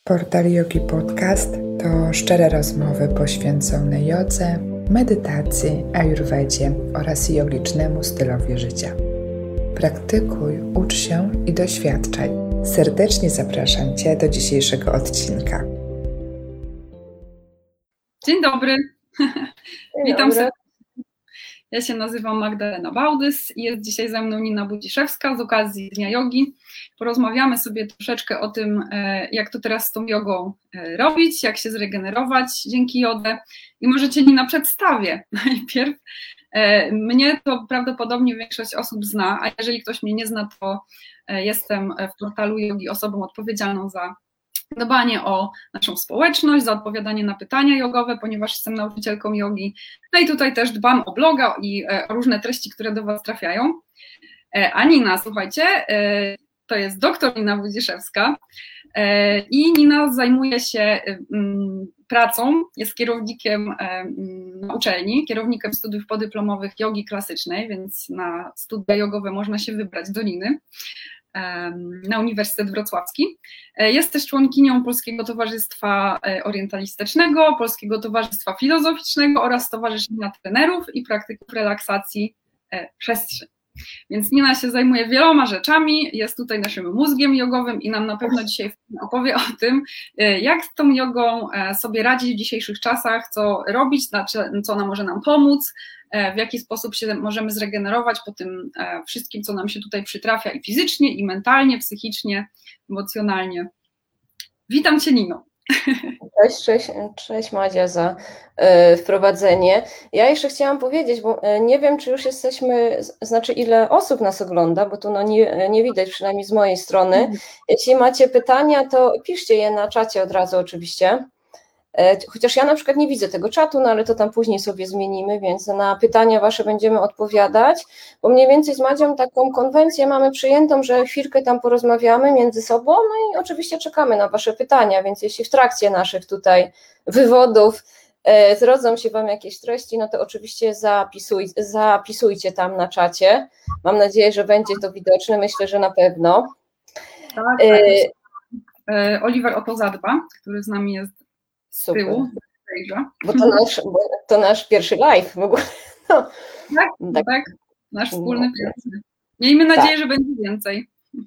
Portal Yogi Podcast to szczere rozmowy poświęcone jodze, medytacji, ajurwedzie oraz jogicznemu stylowi życia. Praktykuj, ucz się i doświadczaj. Serdecznie zapraszam Cię do dzisiejszego odcinka. Dzień dobry. Witam serdecznie. Ja się nazywam Magdalena Bałdys i jest dzisiaj ze mną Nina Budziszewska z okazji Dnia Jogi. Porozmawiamy sobie troszeczkę o tym, jak to teraz z tą jogą robić, jak się zregenerować dzięki jodze. I może Cię, Nina, przedstawię najpierw. Mnie to prawdopodobnie większość osób zna, a jeżeli ktoś mnie nie zna, to jestem w portalu Jogi osobą odpowiedzialną za dbanie o naszą społeczność, za odpowiadanie na pytania jogowe, ponieważ jestem nauczycielką jogi. No i tutaj też dbam o bloga i o różne treści, które do Was trafiają. A Nina, słuchajcie, to jest doktor Nina Budziszewska i Nina zajmuje się pracą, jest kierownikiem na uczelni, kierownikiem studiów podyplomowych jogi klasycznej, więc na studia jogowe można się wybrać do Niny na Uniwersytet Wrocławski. Jest też członkinią Polskiego Towarzystwa Orientalistycznego, Polskiego Towarzystwa Filozoficznego oraz Stowarzyszenia Trenerów i Praktyków Relaksacji Przestrzeń. Więc Nina się zajmuje wieloma rzeczami, jest tutaj naszym mózgiem jogowym i nam na pewno dzisiaj opowie o tym, jak z tą jogą sobie radzić w dzisiejszych czasach, co robić, co ona może nam pomóc, w jaki sposób się możemy zregenerować po tym wszystkim, co nam się tutaj przytrafia i fizycznie, i mentalnie, psychicznie, emocjonalnie. Witam Cię, Nino. Cześć Madzia za wprowadzenie. Ja jeszcze chciałam powiedzieć, bo nie wiem, czy już jesteśmy, znaczy ile osób nas ogląda, bo tu nie widać, przynajmniej z mojej strony. Jeśli macie pytania, to piszcie je na czacie od razu oczywiście. Chociaż ja na przykład nie widzę tego czatu, no ale to tam później sobie zmienimy, więc na pytania Wasze będziemy odpowiadać, bo mniej więcej z Madzią taką konwencję mamy przyjętą, że chwilkę tam porozmawiamy między sobą, no i oczywiście czekamy na Wasze pytania, więc jeśli w trakcie naszych tutaj wywodów zrodzą się Wam jakieś treści, no to oczywiście zapisujcie tam na czacie. Mam nadzieję, że będzie to widoczne, myślę, że na pewno. Tak. Oliver o to zadba, który z nami jest z tyłu. Bo to nasz pierwszy live w ogóle. No. Tak, nasz wspólny pierwszy. Miejmy nadzieję, że będzie więcej.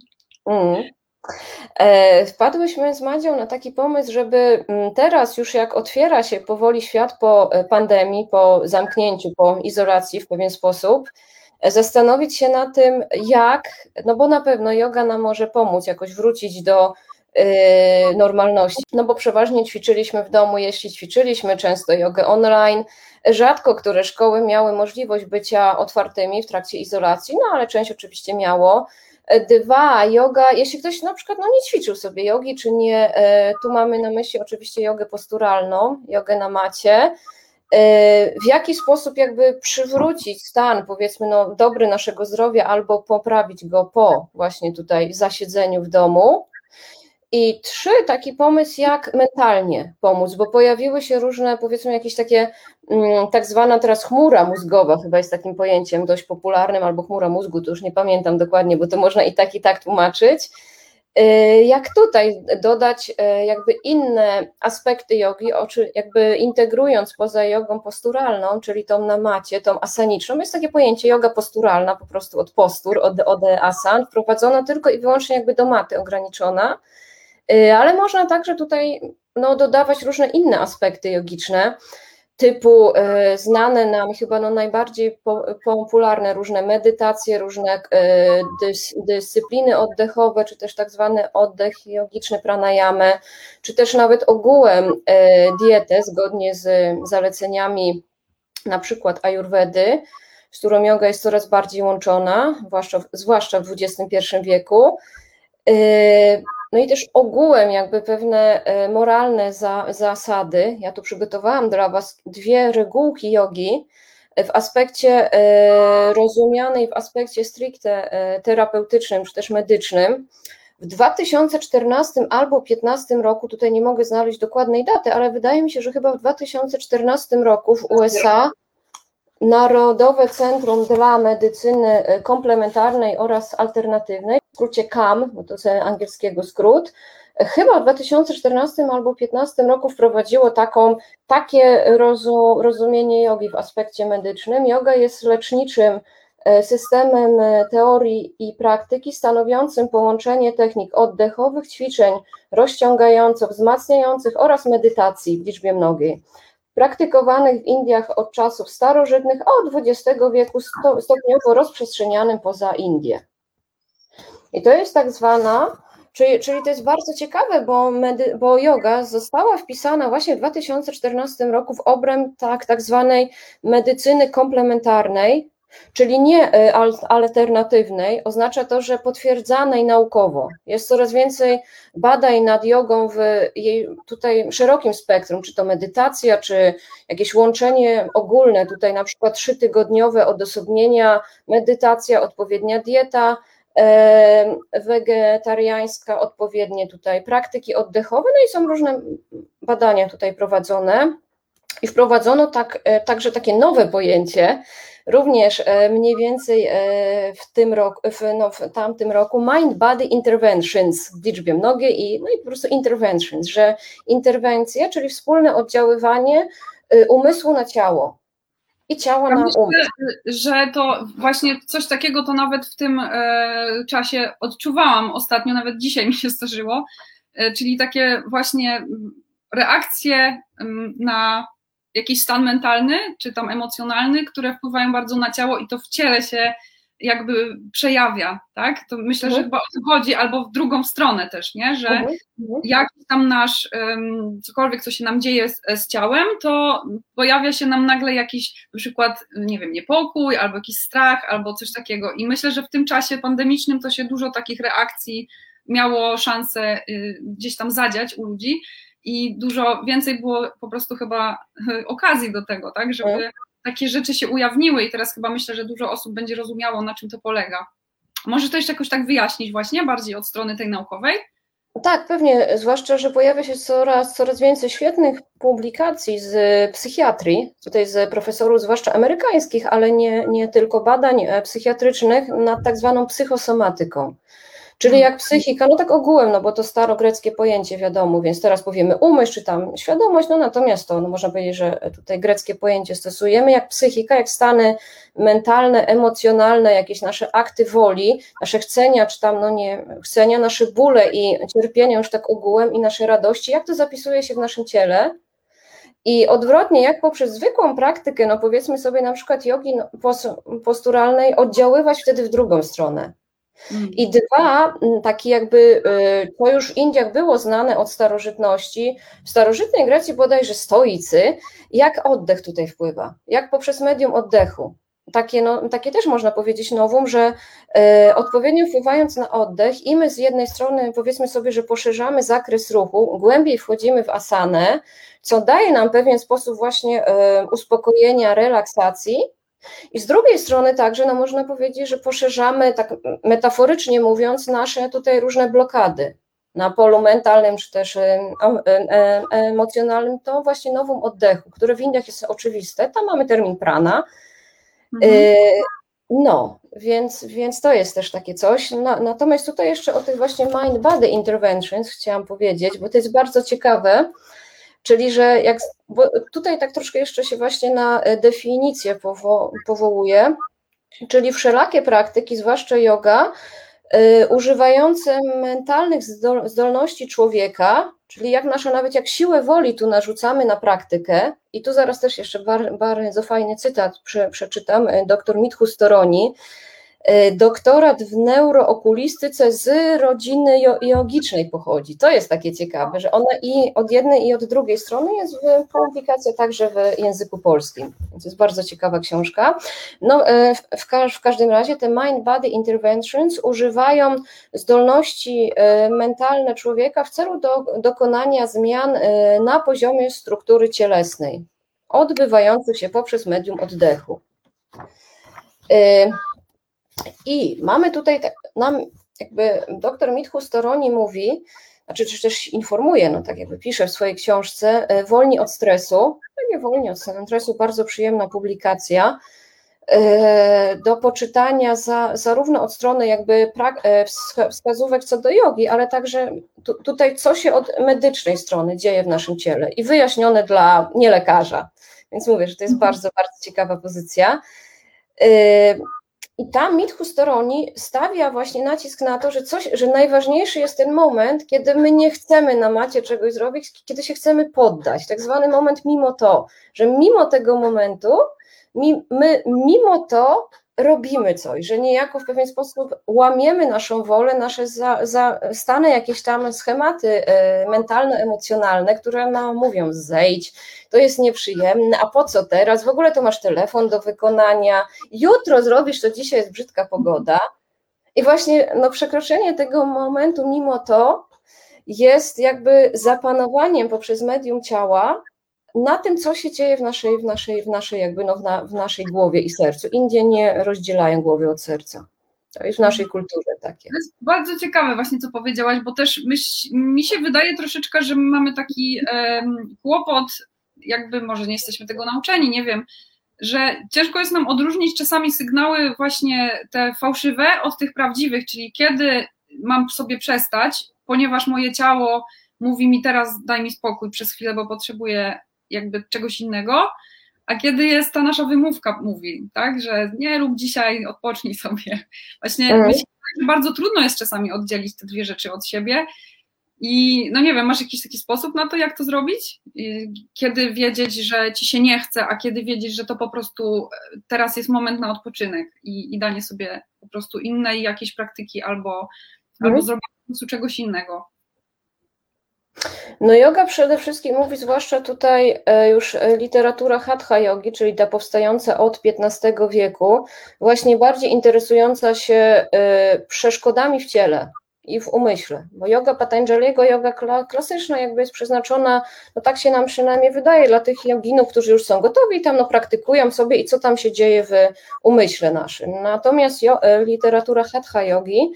Wpadłyśmy z Madzią na taki pomysł, żeby teraz już jak otwiera się powoli świat po pandemii, po zamknięciu, po izolacji w pewien sposób, zastanowić się na tym, jak, no bo na pewno joga nam może pomóc jakoś wrócić do normalności, no bo przeważnie ćwiczyliśmy w domu, jeśli ćwiczyliśmy często jogę online, rzadko które szkoły miały możliwość bycia otwartymi w trakcie izolacji, no ale część oczywiście miało. Dwa, joga, jeśli ktoś na przykład nie ćwiczył sobie jogi, czy nie, tu mamy na myśli oczywiście jogę posturalną, jogę na macie, w jaki sposób jakby przywrócić stan, powiedzmy, dobry naszego zdrowia albo poprawić go po właśnie tutaj zasiedzeniu w domu. I trzy, taki pomysł, jak mentalnie pomóc, bo pojawiły się różne, powiedzmy, jakieś takie, tak zwana teraz chmura mózgowa, chyba jest takim pojęciem dość popularnym, albo chmura mózgu, to już nie pamiętam dokładnie, bo to można i tak tłumaczyć. Jak tutaj dodać jakby inne aspekty jogi, jakby integrując poza jogą posturalną, czyli tą na macie, tą asaniczną, jest takie pojęcie joga posturalna, po prostu od postur, od asan, wprowadzona tylko i wyłącznie jakby do maty ograniczona, ale można także tutaj dodawać różne inne aspekty jogiczne, typu znane nam chyba najbardziej popularne różne medytacje, różne dyscypliny oddechowe, czy też tak zwany oddech jogiczny pranayamę, czy też nawet ogółem dietę zgodnie z zaleceniami na przykład ajurwedy, z którą joga jest coraz bardziej łączona, zwłaszcza w XXI wieku. No i też ogółem jakby pewne moralne zasady. Ja tu przygotowałam dla Was 2 regułki jogi w aspekcie rozumianej, w aspekcie stricte terapeutycznym, czy też medycznym. W 2014 albo 2015 roku, tutaj nie mogę znaleźć dokładnej daty, ale wydaje mi się, że chyba w 2014 roku w USA Narodowe Centrum dla Medycyny Komplementarnej oraz Alternatywnej, w skrócie CAM, bo to jest angielskiego skrót, chyba w 2014 albo 2015 roku wprowadziło takie rozumienie jogi w aspekcie medycznym. Joga jest leczniczym systemem teorii i praktyki stanowiącym połączenie technik oddechowych, ćwiczeń rozciągających, wzmacniających oraz medytacji w liczbie mnogiej, praktykowanych w Indiach od czasów starożytnych, a od XX wieku stopniowo rozprzestrzenianym poza Indię. I to jest tak zwana, czyli to jest bardzo ciekawe, bo joga została wpisana właśnie w 2014 roku w obręb tak zwanej medycyny komplementarnej, czyli nie alternatywnej. Oznacza to, że potwierdzanej naukowo. Jest coraz więcej badań nad jogą w jej tutaj szerokim spektrum, czy to medytacja, czy jakieś łączenie ogólne, tutaj na przykład 3-tygodniowe odosobnienia, medytacja, odpowiednia dieta wegetariańska, odpowiednie tutaj praktyki oddechowe, no i są różne badania tutaj prowadzone i wprowadzono także takie nowe pojęcie, również mniej więcej w tym roku, w tamtym roku, mind-body interventions w liczbie mnogiej no i po prostu interventions, że interwencje, czyli wspólne oddziaływanie umysłu na ciało i ciała na umysł. Myślę, że to właśnie coś takiego to nawet w tym czasie odczuwałam ostatnio, nawet dzisiaj mi się zdarzyło, czyli takie właśnie reakcje na jakiś stan mentalny, czy tam emocjonalny, które wpływają bardzo na ciało i to w ciele się jakby przejawia, tak? To myślę, że chyba o to chodzi, albo w drugą stronę też, nie? Że jak tam cokolwiek, co się nam dzieje z ciałem, to pojawia się nam nagle jakiś, na przykład, nie wiem, niepokój, albo jakiś strach, albo coś takiego. I myślę, że w tym czasie pandemicznym to się dużo takich reakcji miało szansę gdzieś tam zadziać u ludzi i dużo więcej było po prostu chyba okazji do tego, tak? Żeby takie rzeczy się ujawniły i teraz chyba myślę, że dużo osób będzie rozumiało, na czym to polega. Może to jeszcze jakoś tak wyjaśnić właśnie, bardziej od strony tej naukowej? Tak, pewnie, zwłaszcza, że pojawia się coraz więcej świetnych publikacji z psychiatrii, tutaj z profesorów, zwłaszcza amerykańskich, ale nie tylko badań psychiatrycznych nad tak zwaną psychosomatyką. Czyli jak psychika, no tak ogółem, no bo to starogreckie pojęcie, wiadomo, więc teraz powiemy umysł, czy tam świadomość, no natomiast to można powiedzieć, że tutaj greckie pojęcie stosujemy, jak psychika, jak stany mentalne, emocjonalne, jakieś nasze akty woli, nasze chcenia, czy tam, no nie, chcenia, nasze bóle i cierpienia już tak ogółem i nasze radości, jak to zapisuje się w naszym ciele. I odwrotnie, jak poprzez zwykłą praktykę, no powiedzmy sobie na przykład jogi posturalnej, oddziaływać wtedy w drugą stronę. I dwa, taki jakby, to już w Indiach było znane od starożytności, w starożytnej Grecji bodajże stoicy, jak oddech tutaj wpływa, jak poprzez medium oddechu. Takie też można powiedzieć nowum, że odpowiednio wpływając na oddech i my z jednej strony powiedzmy sobie, że poszerzamy zakres ruchu, głębiej wchodzimy w asanę, co daje nam pewien sposób właśnie uspokojenia, relaksacji, i z drugiej strony także, no można powiedzieć, że poszerzamy, tak metaforycznie mówiąc, nasze tutaj różne blokady na polu mentalnym, czy też emocjonalnym, to właśnie nowum oddechu, które w Indiach jest oczywiste, tam mamy termin prana, no, więc to jest też takie coś, natomiast tutaj jeszcze o tych właśnie mind-body interventions chciałam powiedzieć, bo to jest bardzo ciekawe, czyli że bo tutaj tak troszkę jeszcze się właśnie na definicję powołuję, czyli wszelakie praktyki, zwłaszcza yoga, używające mentalnych zdolności człowieka, czyli nawet jak siłę woli tu narzucamy na praktykę, i tu zaraz też jeszcze bardzo fajny cytat przeczytam, dr Mithu Storoni, doktorat w neurookulistyce z rodziny jogicznej pochodzi. To jest takie ciekawe, że ona i od jednej i od drugiej strony jest publikacja także w języku polskim. Więc jest bardzo ciekawa książka. No, w każdym razie te mind-body interventions używają zdolności mentalne człowieka w celu dokonania zmian na poziomie struktury cielesnej, odbywających się poprzez medium oddechu. I mamy tutaj, jakby dr Mithu Storoni mówi, czy też informuje, no tak jakby pisze w swojej książce Wolni od stresu, nie wolni od stresu, bardzo przyjemna publikacja, do poczytania zarówno od strony jakby wskazówek co do jogi, ale także tutaj co się od medycznej strony dzieje w naszym ciele i wyjaśnione dla nielekarza. Więc mówię, że to jest bardzo, bardzo ciekawa pozycja. I tam Midhu Storoni stawia właśnie nacisk na to, że najważniejszy jest ten moment, kiedy my nie chcemy na macie czegoś zrobić, kiedy się chcemy poddać, tak zwany moment mimo to, że mimo tego momentu my mimo to robimy coś, że niejako w pewien sposób łamiemy naszą wolę, nasze stany, jakieś tam schematy mentalno-emocjonalne, które nam mówią zejdź, to jest nieprzyjemne, a po co teraz, w ogóle to masz telefon do wykonania, jutro zrobisz, to dzisiaj jest brzydka pogoda i właśnie przekroczenie tego momentu mimo to jest jakby zapanowaniem poprzez medium ciała na tym, co się dzieje w naszej głowie i sercu. Indie nie rozdzielają głowy od serca. To jest w naszej kulturze takie. To jest bardzo ciekawe właśnie, co powiedziałaś, bo też mi się wydaje troszeczkę, że my mamy taki kłopot, jakby może nie jesteśmy tego nauczeni, nie wiem, że ciężko jest nam odróżnić czasami sygnały właśnie te fałszywe od tych prawdziwych, czyli kiedy mam sobie przestać, ponieważ moje ciało mówi mi teraz daj mi spokój przez chwilę, bo potrzebuję jakby czegoś innego, a kiedy jest ta nasza wymówka mówi, tak, że nie rób dzisiaj, odpocznij sobie. Właśnie myślę, że bardzo trudno jest czasami oddzielić te dwie rzeczy od siebie i no nie wiem, masz jakiś taki sposób na to, jak to zrobić? Kiedy wiedzieć, że ci się nie chce, a kiedy wiedzieć, że to po prostu teraz jest moment na odpoczynek i danie sobie po prostu innej jakiejś praktyki albo zrobienie po prostu czegoś innego. No yoga przede wszystkim mówi, zwłaszcza tutaj już literatura Hatha jogi, czyli ta powstająca od XV wieku, właśnie bardziej interesująca się przeszkodami w ciele i w umyśle, bo yoga Patanjaliego, yoga klasyczna jakby jest przeznaczona, no tak się nam przynajmniej wydaje, dla tych joginów, którzy już są gotowi i tam praktykują sobie i co tam się dzieje w umyśle naszym. Natomiast literatura Hatha jogi,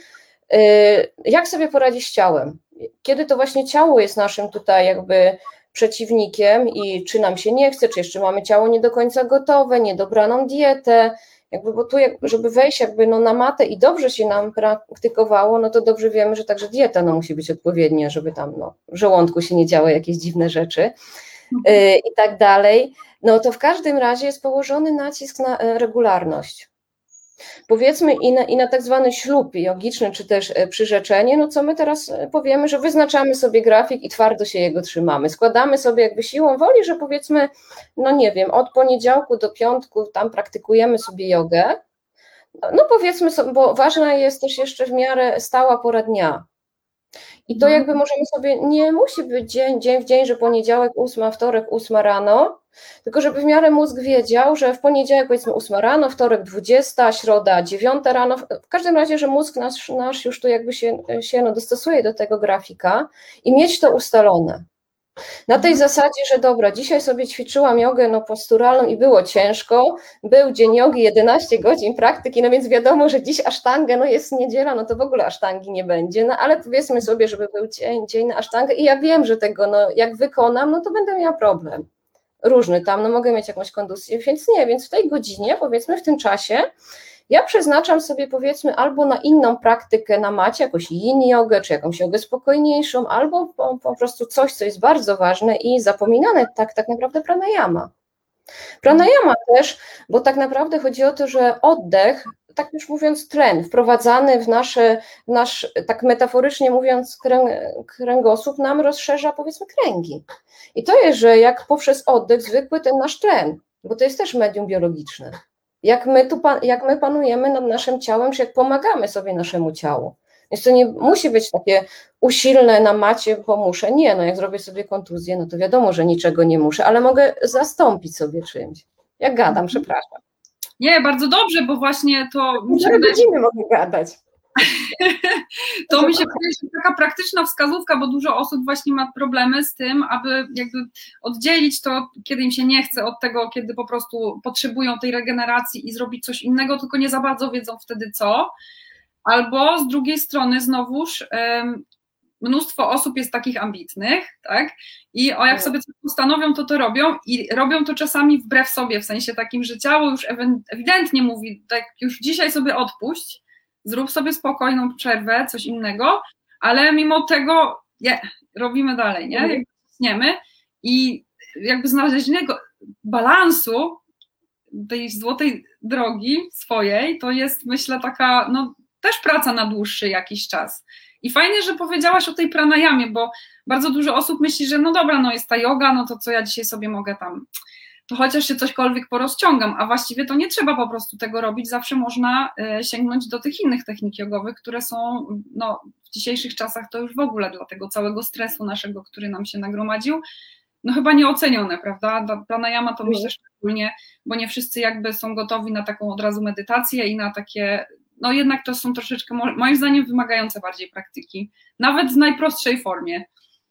jak sobie poradzić z ciałem? Kiedy to właśnie ciało jest naszym tutaj jakby przeciwnikiem i czy nam się nie chce, czy jeszcze mamy ciało nie do końca gotowe, niedobraną dietę, jakby, bo tu żeby wejść jakby na matę i dobrze się nam praktykowało, no to dobrze wiemy, że także dieta musi być odpowiednia, żeby tam w żołądku się nie działy jakieś dziwne rzeczy i tak dalej, no to w każdym razie jest położony nacisk na regularność. Powiedzmy i na tak zwany ślub jogiczny, czy też przyrzeczenie, no co my teraz powiemy, że wyznaczamy sobie grafik i twardo się jego trzymamy. Składamy sobie jakby siłą woli, że powiedzmy, no nie wiem, od poniedziałku do piątku tam praktykujemy sobie jogę. No powiedzmy sobie, bo ważna jest też jeszcze w miarę stała pora dnia. I to jakby możemy sobie, nie musi być dzień w dzień, że poniedziałek 8, wtorek 8 rano, tylko żeby w miarę mózg wiedział, że w poniedziałek powiedzmy 8 rano, wtorek 20, środa 9 rano, w każdym razie, że mózg nasz już tu jakby się dostosuje do tego grafika i mieć to ustalone. Na tej zasadzie, że dobra, dzisiaj sobie ćwiczyłam jogę posturalną i było ciężko, był dzień jogi, 11 godzin praktyki, no więc wiadomo, że dziś asztangę, jest niedziela, no to w ogóle asztangi nie będzie, no ale powiedzmy sobie, żeby był dzień na asztangę i ja wiem, że tego, jak wykonam, no to będę miała problem. Różny tam, mogę mieć jakąś kondusję, więc w tej godzinie, powiedzmy w tym czasie, ja przeznaczam sobie powiedzmy albo na inną praktykę na macie, jakąś yin jogę, czy jakąś jogę spokojniejszą, albo po prostu coś, co jest bardzo ważne i zapominane, tak naprawdę pranayama. Pranayama też, bo tak naprawdę chodzi o to, że oddech, tak już mówiąc tlen, wprowadzany w nasz, tak metaforycznie mówiąc, kręgosłup nam rozszerza powiedzmy kręgi. I to jest, że jak poprzez oddech zwykły ten nasz tlen, bo to jest też medium biologiczne, jak my panujemy nad naszym ciałem, czy jak pomagamy sobie naszemu ciału. Więc to nie musi być takie usilne na macie, bo muszę. Nie, jak zrobię sobie kontuzję, no to wiadomo, że niczego nie muszę, ale mogę zastąpić sobie czymś. Jak gadam, przepraszam. Nie, bardzo dobrze, bo właśnie to... Godziny mogę gadać. To mi się wydaje, że taka praktyczna wskazówka, bo dużo osób właśnie ma problemy z tym, aby jakby oddzielić to, kiedy im się nie chce, od tego, kiedy po prostu potrzebują tej regeneracji i zrobić coś innego, tylko nie za bardzo wiedzą wtedy co. Albo z drugiej strony znowuż mnóstwo osób jest takich ambitnych, tak? I jak sobie coś postanowią, to robią i robią to czasami wbrew sobie, w sensie takim, że ciało już ewidentnie mówi, tak już dzisiaj sobie odpuść, zrób sobie spokojną przerwę, coś innego, ale mimo tego robimy dalej, nie? Jakby ciśniemy i jakby znalezienie balansu tej złotej drogi swojej, to jest, myślę, taka, no też praca na dłuższy jakiś czas. I fajnie, że powiedziałaś o tej pranayamie, bo bardzo dużo osób myśli, że no dobra, no jest ta joga, no to co ja dzisiaj sobie mogę tam, to chociaż się cośkolwiek porozciągam, a właściwie to nie trzeba po prostu tego robić, zawsze można sięgnąć do tych innych technik jogowych, które są no, w dzisiejszych czasach to już w ogóle dla tego całego stresu naszego, który nam się nagromadził, no chyba nieocenione, prawda? Pranayama to myślę szczególnie, bo nie wszyscy jakby są gotowi na taką od razu medytację i na takie, no jednak to są troszeczkę, moim zdaniem, wymagające bardziej praktyki, nawet w najprostszej formie.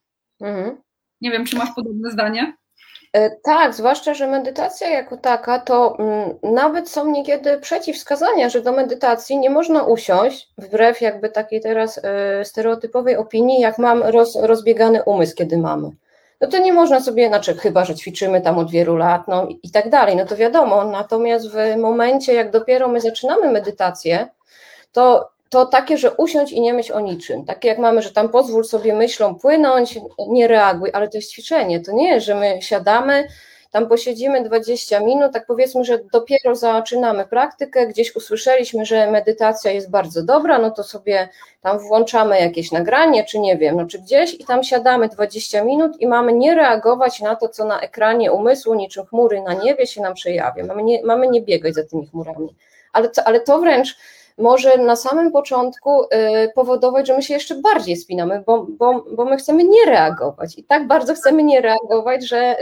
Nie wiem, czy masz podobne zdanie? Tak, zwłaszcza, że medytacja jako taka, to nawet są niekiedy przeciwwskazania, że do medytacji nie można usiąść, wbrew jakby takiej teraz stereotypowej opinii, jak mam rozbiegany umysł, kiedy mamy. No to nie można sobie, znaczy chyba, że ćwiczymy tam od wielu lat, no i tak dalej, no to wiadomo, natomiast w momencie, jak dopiero my zaczynamy medytację, to takie, że usiądź i nie myśl o niczym, takie jak mamy, że tam pozwól sobie myślom płynąć, nie reaguj, ale to jest ćwiczenie, to nie jest, że my siadamy, tam posiedzimy 20 minut, tak powiedzmy, że dopiero zaczynamy praktykę, gdzieś usłyszeliśmy, że medytacja jest bardzo dobra, no to sobie tam włączamy jakieś nagranie, czy nie wiem, no czy gdzieś i tam siadamy 20 minut i mamy nie reagować na to, co na ekranie umysłu, niczym chmury na niebie się nam przejawia, mamy nie biegać za tymi chmurami, ale to wręcz może na samym początku powodować, że my się jeszcze bardziej spinamy, bo my chcemy nie reagować i tak bardzo chcemy nie reagować,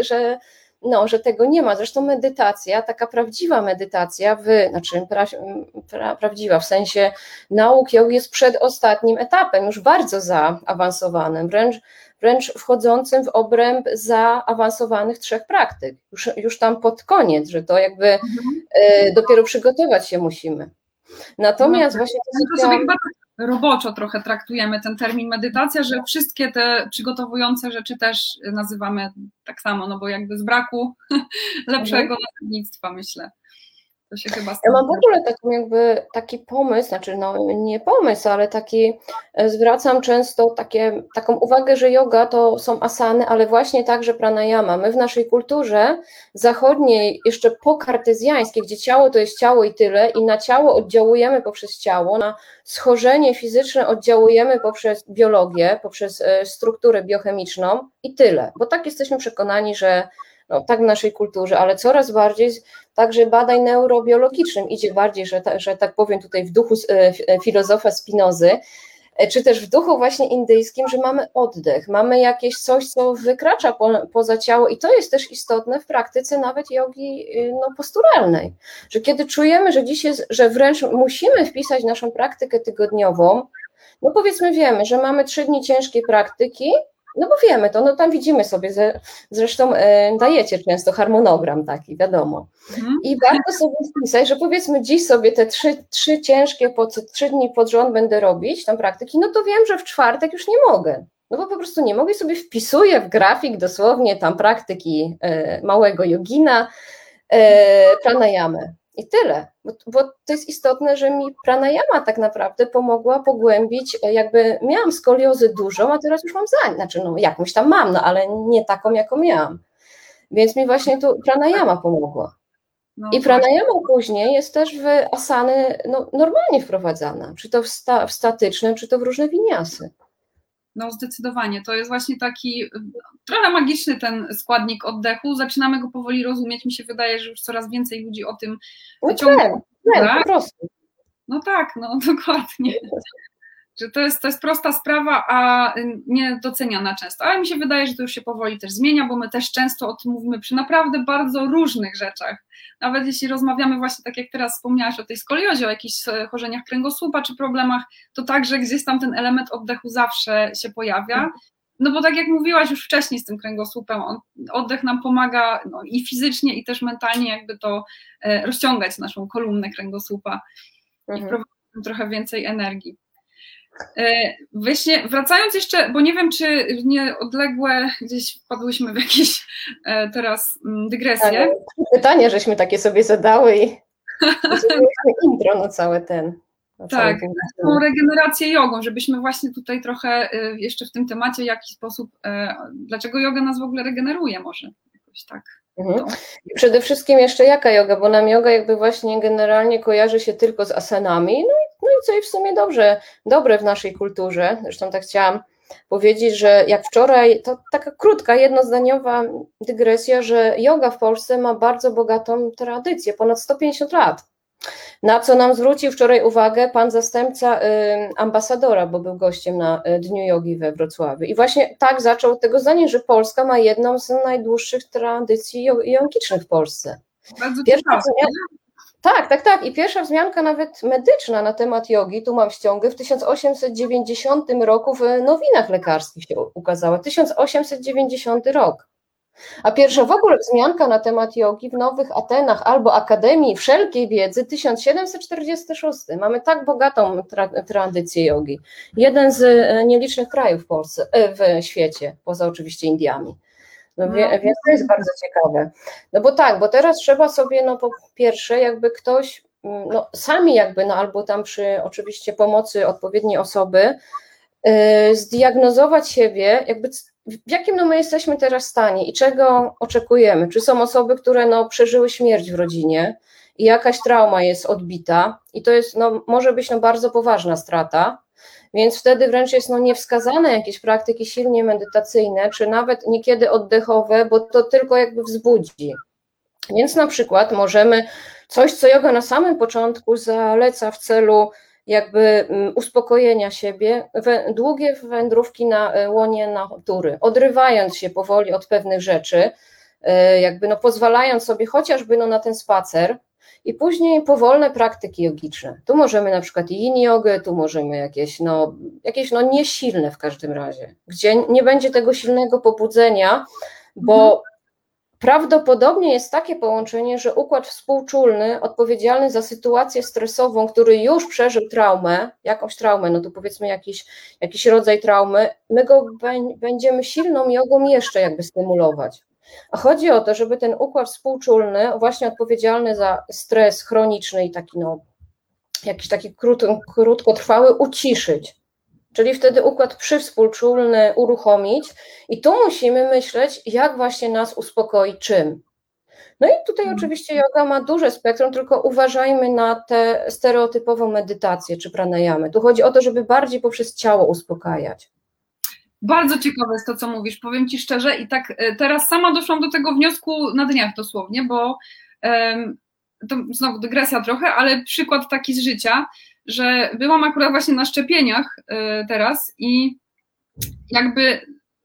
że tego nie ma. Zresztą medytacja, taka prawdziwa medytacja, prawdziwa w sensie nauk jogi jest przedostatnim etapem, już bardzo zaawansowanym, wręcz wchodzącym w obręb zaawansowanych 3 praktyk. Już tam pod koniec, że to jakby dopiero przygotować się musimy. Natomiast właśnie to sobie chyba tak roboczo trochę traktujemy ten termin medytacja, że wszystkie te przygotowujące rzeczy też nazywamy tak samo, no bo jakby z braku lepszego nazewnictwa, myślę. To się chyba ja mam w ogóle taki pomysł, znaczy no nie pomysł, ale zwracam często taką uwagę, że yoga to są asany, ale właśnie także pranayama. My w naszej kulturze zachodniej, jeszcze pokartezjańskiej, gdzie ciało to jest ciało i tyle, i na ciało oddziałujemy poprzez ciało, na schorzenie fizyczne oddziałujemy poprzez biologię, poprzez strukturę biochemiczną i tyle, bo tak jesteśmy przekonani, że no, tak w naszej kulturze, ale coraz bardziej także badań neurobiologicznym idzie bardziej, że tak powiem tutaj w duchu filozofa Spinozy, czy też w duchu właśnie indyjskim, że mamy oddech, mamy jakieś coś, co wykracza poza ciało i to jest też istotne w praktyce nawet jogi posturalnej, że kiedy czujemy, że dziś jest, że wręcz musimy wpisać naszą praktykę tygodniową, no powiedzmy wiemy, że mamy 3 dni ciężkiej praktyki, no bo wiemy to, no tam widzimy sobie, zresztą dajecie często harmonogram taki, wiadomo. I warto sobie wpisać, że powiedzmy dziś sobie te 3 ciężkie, 3 dni pod rząd będę robić tam praktyki, no to wiem, że w czwartek już nie mogę. No bo po prostu nie mogę, sobie wpisuję w grafik dosłownie tam praktyki małego jogina, pranayamę. I tyle, bo to jest istotne, że mi pranayama tak naprawdę pomogła pogłębić, jakby miałam skoliozę dużą, a teraz już mam znaczy no jakąś tam mam, no ale nie taką, jaką miałam. Więc mi właśnie tu pranayama pomogła. I pranayama później jest też w asany normalnie wprowadzana, czy to w statyczne, czy to w różne winiasy. No zdecydowanie, to jest właśnie taki trochę magiczny ten składnik oddechu, zaczynamy go powoli rozumieć, mi się wydaje, że już coraz więcej ludzi o tym wyciąga. Po prostu. No tak, no dokładnie, że to jest prosta sprawa, a nie doceniana często, ale mi się wydaje, że to już się powoli też zmienia, bo my też często o tym mówimy przy naprawdę bardzo różnych rzeczach, nawet jeśli rozmawiamy właśnie tak jak teraz wspomniałaś o tej skoliozie, o jakichś chorzeniach kręgosłupa czy problemach, to także gdzieś tam ten element oddechu zawsze się pojawia, no bo tak jak mówiłaś już wcześniej z tym kręgosłupem, oddech nam pomaga i fizycznie i też mentalnie jakby to rozciągać naszą kolumnę kręgosłupa i wprowadzić trochę więcej energii. Właśnie wracając jeszcze, bo nie wiem, czy nieodległe gdzieś wpadłyśmy w jakieś teraz dygresje. Tak, pytanie, żeśmy takie sobie zadały i zrobiliśmy intro na całe ten. Tak, tą regenerację jogą, żebyśmy właśnie tutaj trochę jeszcze w tym temacie, w jaki sposób, dlaczego joga nas w ogóle regeneruje może jakoś tak. Przede wszystkim jeszcze jaka joga, bo nam joga jakby właśnie generalnie kojarzy się tylko z asanami, no i co i w sumie dobre w naszej kulturze. Zresztą tak chciałam powiedzieć, że jak wczoraj, to taka krótka, jednozdaniowa dygresja, że joga w Polsce ma bardzo bogatą tradycję, ponad 150 lat. Na co nam zwrócił wczoraj uwagę pan zastępca ambasadora, bo był gościem na Dniu Jogi we Wrocławiu. I właśnie tak zaczął od tego zdania, że Polska ma jedną z najdłuższych tradycji jogicznych w Polsce. Bardzo tak. I pierwsza wzmianka nawet medyczna na temat jogi, tu mam ściągę, w 1890 roku w Nowinach Lekarskich się ukazała. 1890 rok. A pierwsza w ogóle wzmianka na temat jogi w Nowych Atenach albo Akademii Wszelkiej Wiedzy 1746. Mamy tak bogatą tradycję jogi. Jeden z nielicznych krajów w Polsce, w świecie, poza oczywiście Indiami. Więc to jest bardzo ciekawe. No bo teraz trzeba sobie, po pierwsze jakby ktoś, sami jakby, albo tam przy oczywiście pomocy odpowiedniej osoby, zdiagnozować siebie, jakby w jakim my jesteśmy teraz stanie i czego oczekujemy. Czy są osoby, które przeżyły śmierć w rodzinie i jakaś trauma jest odbita i to jest, może być bardzo poważna strata, więc wtedy wręcz jest niewskazane jakieś praktyki silnie medytacyjne, czy nawet niekiedy oddechowe, bo to tylko jakby wzbudzi. Więc na przykład możemy coś, co joga na samym początku zaleca w celu jakby uspokojenia siebie, długie wędrówki na łonie natury, odrywając się powoli od pewnych rzeczy, jakby pozwalając sobie chociażby na ten spacer i później powolne praktyki jogiczne. Tu możemy na przykład yin jogę, tu możemy jakieś niesilne w każdym razie, gdzie nie będzie tego silnego pobudzenia, bo prawdopodobnie jest takie połączenie, że układ współczulny odpowiedzialny za sytuację stresową, który już przeżył traumę, jakąś traumę, tu powiedzmy jakiś rodzaj traumy, my go będziemy silną jogą jeszcze jakby stymulować. A chodzi o to, żeby ten układ współczulny, właśnie odpowiedzialny za stres chroniczny i taki jakiś taki krótkotrwały uciszyć. Czyli wtedy układ przywspółczulny uruchomić i tu musimy myśleć, jak właśnie nas uspokoić czym. No i tutaj oczywiście joga ma duże spektrum, tylko uważajmy na tę stereotypową medytację czy pranayamę. Tu chodzi o to, żeby bardziej poprzez ciało uspokajać. Bardzo ciekawe jest to, co mówisz, powiem Ci szczerze i tak teraz sama doszłam do tego wniosku na dniach dosłownie, bo to znowu dygresja trochę, ale przykład taki z życia, że byłam akurat właśnie na szczepieniach teraz i jakby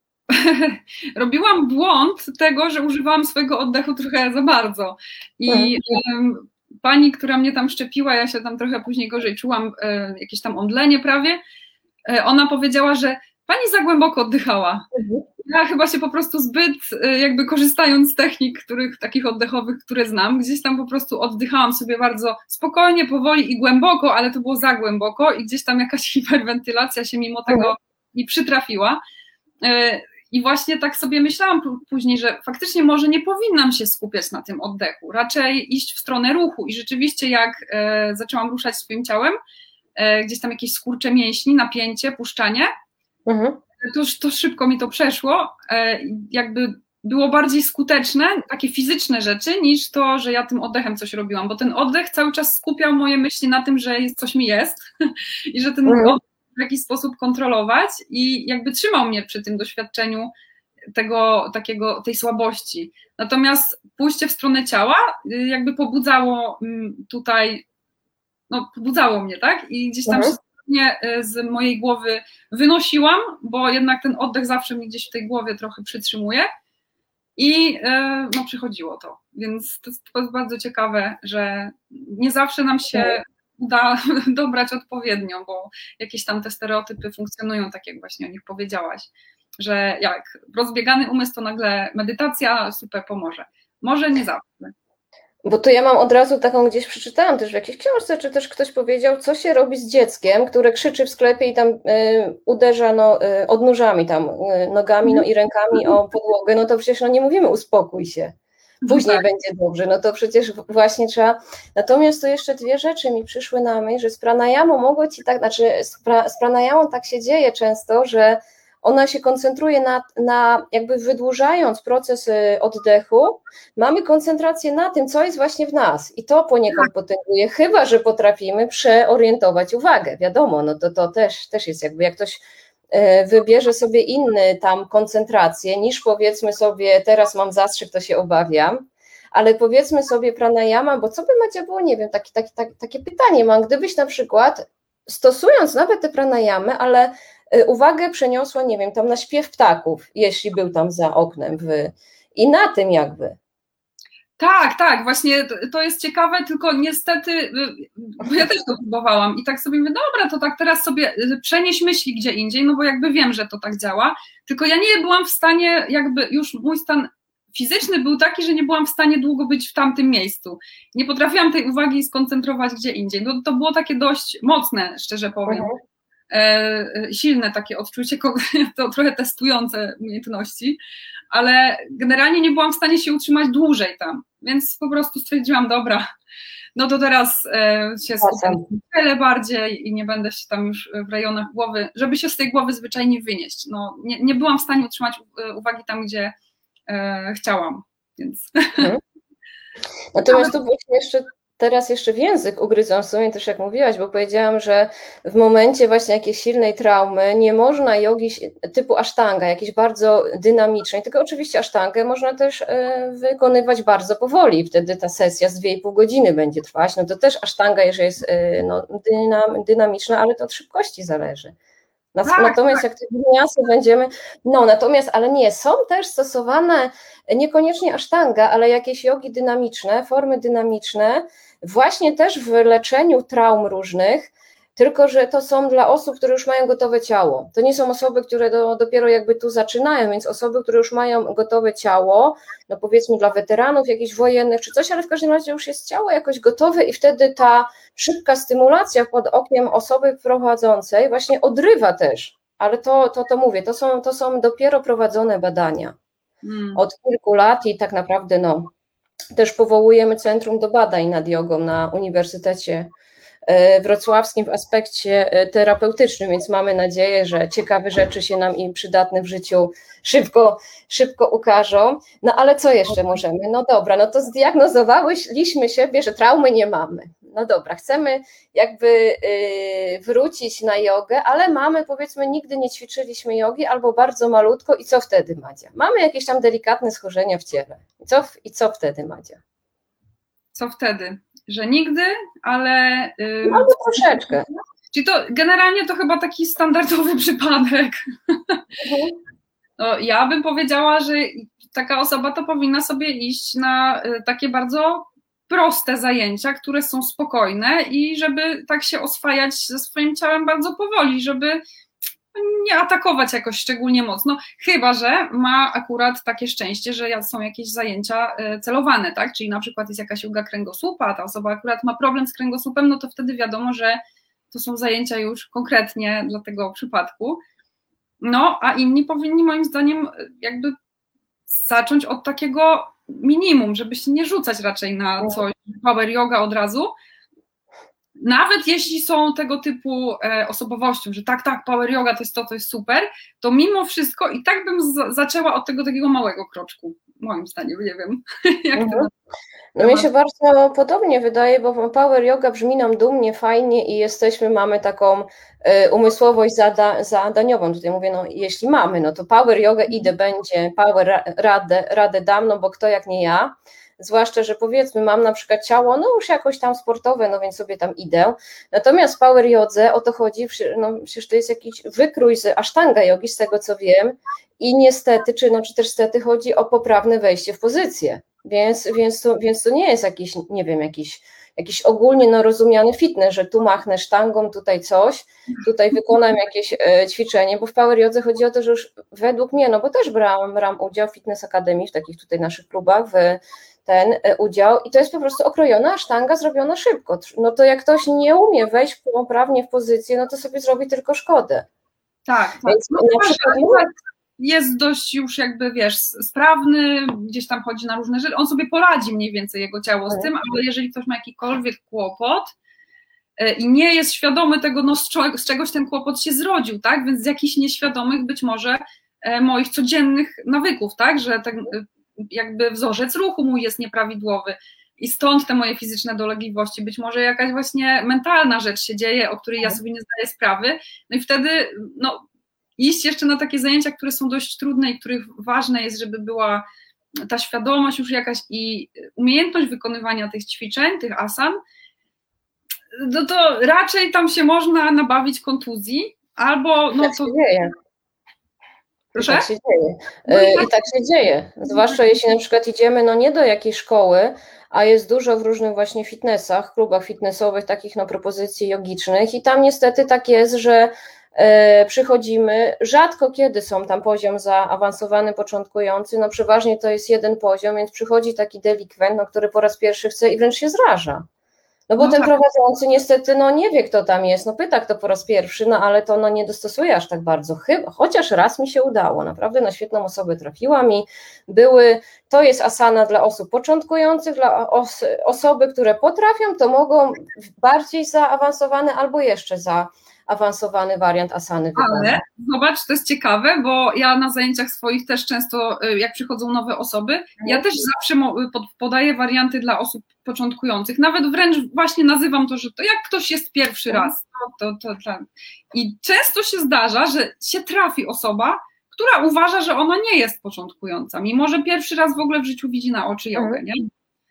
robiłam błąd tego, że używałam swojego oddechu trochę za bardzo i pani, która mnie tam szczepiła, ja się tam trochę później gorzej czułam, jakieś tam omdlenie prawie, ona powiedziała, że pani za głęboko oddychała. Ja chyba się po prostu zbyt, jakby korzystając z technik takich oddechowych, które znam, gdzieś tam po prostu oddychałam sobie bardzo spokojnie, powoli i głęboko, ale to było za głęboko i gdzieś tam jakaś hiperwentylacja się mimo tego mi przytrafiła. I właśnie tak sobie myślałam później, że faktycznie może nie powinnam się skupiać na tym oddechu, raczej iść w stronę ruchu i rzeczywiście jak zaczęłam ruszać swoim ciałem, gdzieś tam jakieś skurcze mięśni, napięcie, puszczanie, to szybko mi to przeszło, jakby było bardziej skuteczne, takie fizyczne rzeczy, niż to, że ja tym oddechem coś robiłam, bo ten oddech cały czas skupiał moje myśli na tym, że coś mi jest i że ten oddech w jakiś sposób kontrolować i jakby trzymał mnie przy tym doświadczeniu tej słabości. Natomiast pójście w stronę ciała jakby pobudzało mnie, tak? I gdzieś tam się z mojej głowy wynosiłam, bo jednak ten oddech zawsze mi gdzieś w tej głowie trochę przytrzymuje i przychodziło to. Więc to jest bardzo ciekawe, że nie zawsze nam się uda dobrać odpowiednio, bo jakieś tam te stereotypy funkcjonują, tak jak właśnie o nich powiedziałaś, że jak rozbiegany umysł, to nagle medytacja super pomoże. Może nie zawsze. Bo tu ja mam od razu taką, gdzieś przeczytałam też w jakiejś książce, czy też ktoś powiedział, co się robi z dzieckiem, które krzyczy w sklepie i tam uderza odnóżami tam, nogami i rękami o podłogę, no to przecież nie mówimy uspokój się, później będzie dobrze, no to przecież właśnie trzeba. Natomiast tu jeszcze dwie rzeczy mi przyszły na myśl, że z pranayamą mogło ci tak, znaczy z pranayamą tak się dzieje często, że ona się koncentruje na jakby wydłużając proces oddechu, mamy koncentrację na tym, co jest właśnie w nas i to poniekąd potęguje, chyba że potrafimy przeorientować uwagę, wiadomo, no to też jest jakby, jak ktoś wybierze sobie inny tam koncentrację niż powiedzmy sobie, teraz mam zastrzyk, to się obawiam, ale powiedzmy sobie pranayama, bo co by Madzia było, nie wiem, takie pytanie mam, gdybyś na przykład stosując nawet te pranayamy, ale uwagę przeniosła, nie wiem, tam na śpiew ptaków, jeśli był tam za oknem i na tym jakby. Tak, właśnie to jest ciekawe, tylko niestety, bo ja też to próbowałam i tak sobie mówię, dobra, to tak teraz sobie przenieś myśli gdzie indziej, no bo jakby wiem, że to tak działa, tylko ja nie byłam w stanie, jakby już mój stan fizyczny był taki, że nie byłam w stanie długo być w tamtym miejscu. Nie potrafiłam tej uwagi skoncentrować gdzie indziej. No to było takie dość mocne, szczerze powiem. Silne takie odczucie, to trochę testujące umiejętności, ale generalnie nie byłam w stanie się utrzymać dłużej tam, więc po prostu stwierdziłam, dobra, no to teraz się skupiam wiele bardziej i nie będę się tam już w rejonach głowy, żeby się z tej głowy zwyczajnie wynieść. No, nie byłam w stanie utrzymać uwagi tam, gdzie chciałam, więc... Natomiast tu właśnie teraz jeszcze w język ugryzłam w sumie też jak mówiłaś, bo powiedziałam, że w momencie właśnie jakiejś silnej traumy nie można jogi typu asztanga, jakiejś bardzo dynamicznej, tylko oczywiście asztangę można też wykonywać bardzo powoli, wtedy ta sesja z 2,5 godziny będzie trwać, no to też asztanga, jeżeli jest dynamiczna, ale to od szybkości zależy. Natomiast jak te winiasy będziemy, ale nie, są też stosowane niekoniecznie asztanga, ale jakieś jogi dynamiczne, formy dynamiczne, właśnie też w leczeniu traum różnych, tylko że to są dla osób, które już mają gotowe ciało. To nie są osoby, które dopiero jakby tu zaczynają, więc osoby, które już mają gotowe ciało, no powiedzmy dla weteranów jakichś wojennych czy coś, ale w każdym razie już jest ciało jakoś gotowe i wtedy ta szybka stymulacja pod okiem osoby prowadzącej właśnie odrywa też, ale to mówię, to są dopiero prowadzone badania od kilku lat i tak naprawdę też powołujemy Centrum do Badań nad Jogą na Uniwersytecie Wrocławskim w aspekcie terapeutycznym, więc mamy nadzieję, że ciekawe rzeczy się nam i przydatne w życiu szybko ukażą. No ale co jeszcze możemy? No dobra, no to zdiagnozowałyśmy siebie, że traumy nie mamy. No dobra, chcemy jakby wrócić na jogę, ale mamy, powiedzmy, nigdy nie ćwiczyliśmy jogi albo bardzo malutko i co wtedy, Madzia? Mamy jakieś tam delikatne schorzenia w ciele. Co wtedy, Madzia? Co wtedy? Że nigdy, ale... Albo troszeczkę. Czyli to generalnie to chyba taki standardowy przypadek. No, ja bym powiedziała, że taka osoba to powinna sobie iść na takie bardzo proste zajęcia, które są spokojne i żeby tak się oswajać ze swoim ciałem bardzo powoli, żeby nie atakować jakoś szczególnie mocno, chyba że ma akurat takie szczęście, że są jakieś zajęcia celowane, tak? Czyli na przykład jest jakaś joga kręgosłupa, a ta osoba akurat ma problem z kręgosłupem, no to wtedy wiadomo, że to są zajęcia już konkretnie dla tego przypadku. No, a inni powinni moim zdaniem jakby zacząć od takiego minimum, żeby się nie rzucać raczej na coś, power yoga od razu, nawet jeśli są tego typu osobowością, że tak, power yoga to jest super, to mimo wszystko i tak bym zaczęła od tego takiego małego kroczku, moim zdaniem, nie wiem. Jak to no mi się bardzo podobnie wydaje, bo power yoga brzmi nam dumnie, fajnie i mamy taką umysłowość zadaniową. Tutaj mówię, jeśli mamy, no to power yoga będzie, power radę dam, no bo kto jak nie ja. Zwłaszcza, że powiedzmy mam na przykład ciało, już jakoś tam sportowe, więc sobie tam idę. Natomiast w power jodze o to chodzi, przecież to jest jakiś wykrój z asztanga jogi, z tego co wiem i niestety, czy też stety chodzi o poprawne wejście w pozycję. Więc to nie jest jakiś, nie wiem, jakiś ogólnie rozumiany fitness, że tu machnę sztangą, tutaj coś, tutaj wykonam jakieś ćwiczenie, bo w Power Jodze chodzi o to, że już według mnie, no bo też brałam udział w Fitness Academy, w takich tutaj naszych klubach, w ten udział i to jest po prostu okrojona sztanga zrobiona szybko. No to jak ktoś nie umie wejść poprawnie w pozycję, no to sobie zrobi tylko szkodę. Tak. Więc no, na przykład jest dość już jakby, wiesz, sprawny, gdzieś tam chodzi na różne rzeczy, on sobie poradzi mniej więcej, jego ciało z tym, ale jeżeli ktoś ma jakikolwiek kłopot i nie jest świadomy tego, no z czegoś ten kłopot się zrodził, tak, więc z jakichś nieświadomych być może moich codziennych nawyków, tak, że tak jakby wzorzec ruchu mój jest nieprawidłowy i stąd te moje fizyczne dolegliwości, być może jakaś właśnie mentalna rzecz się dzieje, o której ja sobie nie zdaję sprawy, no i wtedy, no iść jeszcze na takie zajęcia, które są dość trudne i których ważne jest, żeby była ta świadomość już jakaś i umiejętność wykonywania tych ćwiczeń, tych asan, no to raczej tam się można nabawić kontuzji, albo no tak to... się dzieje. Proszę? I tak się dzieje. I tak się dzieje. Zwłaszcza jeśli na przykład idziemy no nie do jakiejś szkoły, a jest dużo w różnych właśnie fitnessach, klubach fitnessowych, takich no propozycji jogicznych i tam niestety tak jest, że przychodzimy, rzadko kiedy są tam poziom zaawansowany, początkujący, no przeważnie to jest jeden poziom, więc przychodzi taki delikwent, no, który po raz pierwszy chce i wręcz się zraża. No bo ten prowadzący niestety no nie wie, kto tam jest, no pyta kto po raz pierwszy, no ale to no nie dostosuje aż tak bardzo, chociaż raz mi się udało, naprawdę na świetną osobę trafiłam i to jest asana dla osób początkujących, dla osoby, które potrafią, to mogą bardziej zaawansowany albo jeszcze zaawansowany wariant asany wykonać. Ale zobacz, to jest ciekawe, bo ja na zajęciach swoich też często, jak przychodzą nowe osoby, ja też zawsze podaję warianty dla osób początkujących, nawet wręcz właśnie nazywam to, że to jak ktoś jest pierwszy raz, to. I często się zdarza, że się trafi osoba, która uważa, że ona nie jest początkująca, mimo że pierwszy raz w ogóle w życiu widzi na oczy jogę, nie?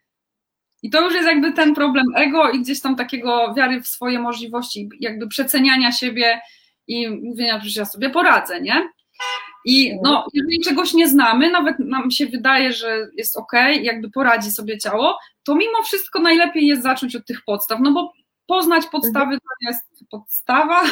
I to już jest jakby ten problem ego i gdzieś tam takiego wiary w swoje możliwości, jakby przeceniania siebie i mówienia, że ja sobie poradzę, nie? I no, jeżeli czegoś nie znamy, nawet nam się wydaje, że jest okej, jakby poradzi sobie ciało, to mimo wszystko najlepiej jest zacząć od tych podstaw, no bo poznać podstawy to jest podstawa.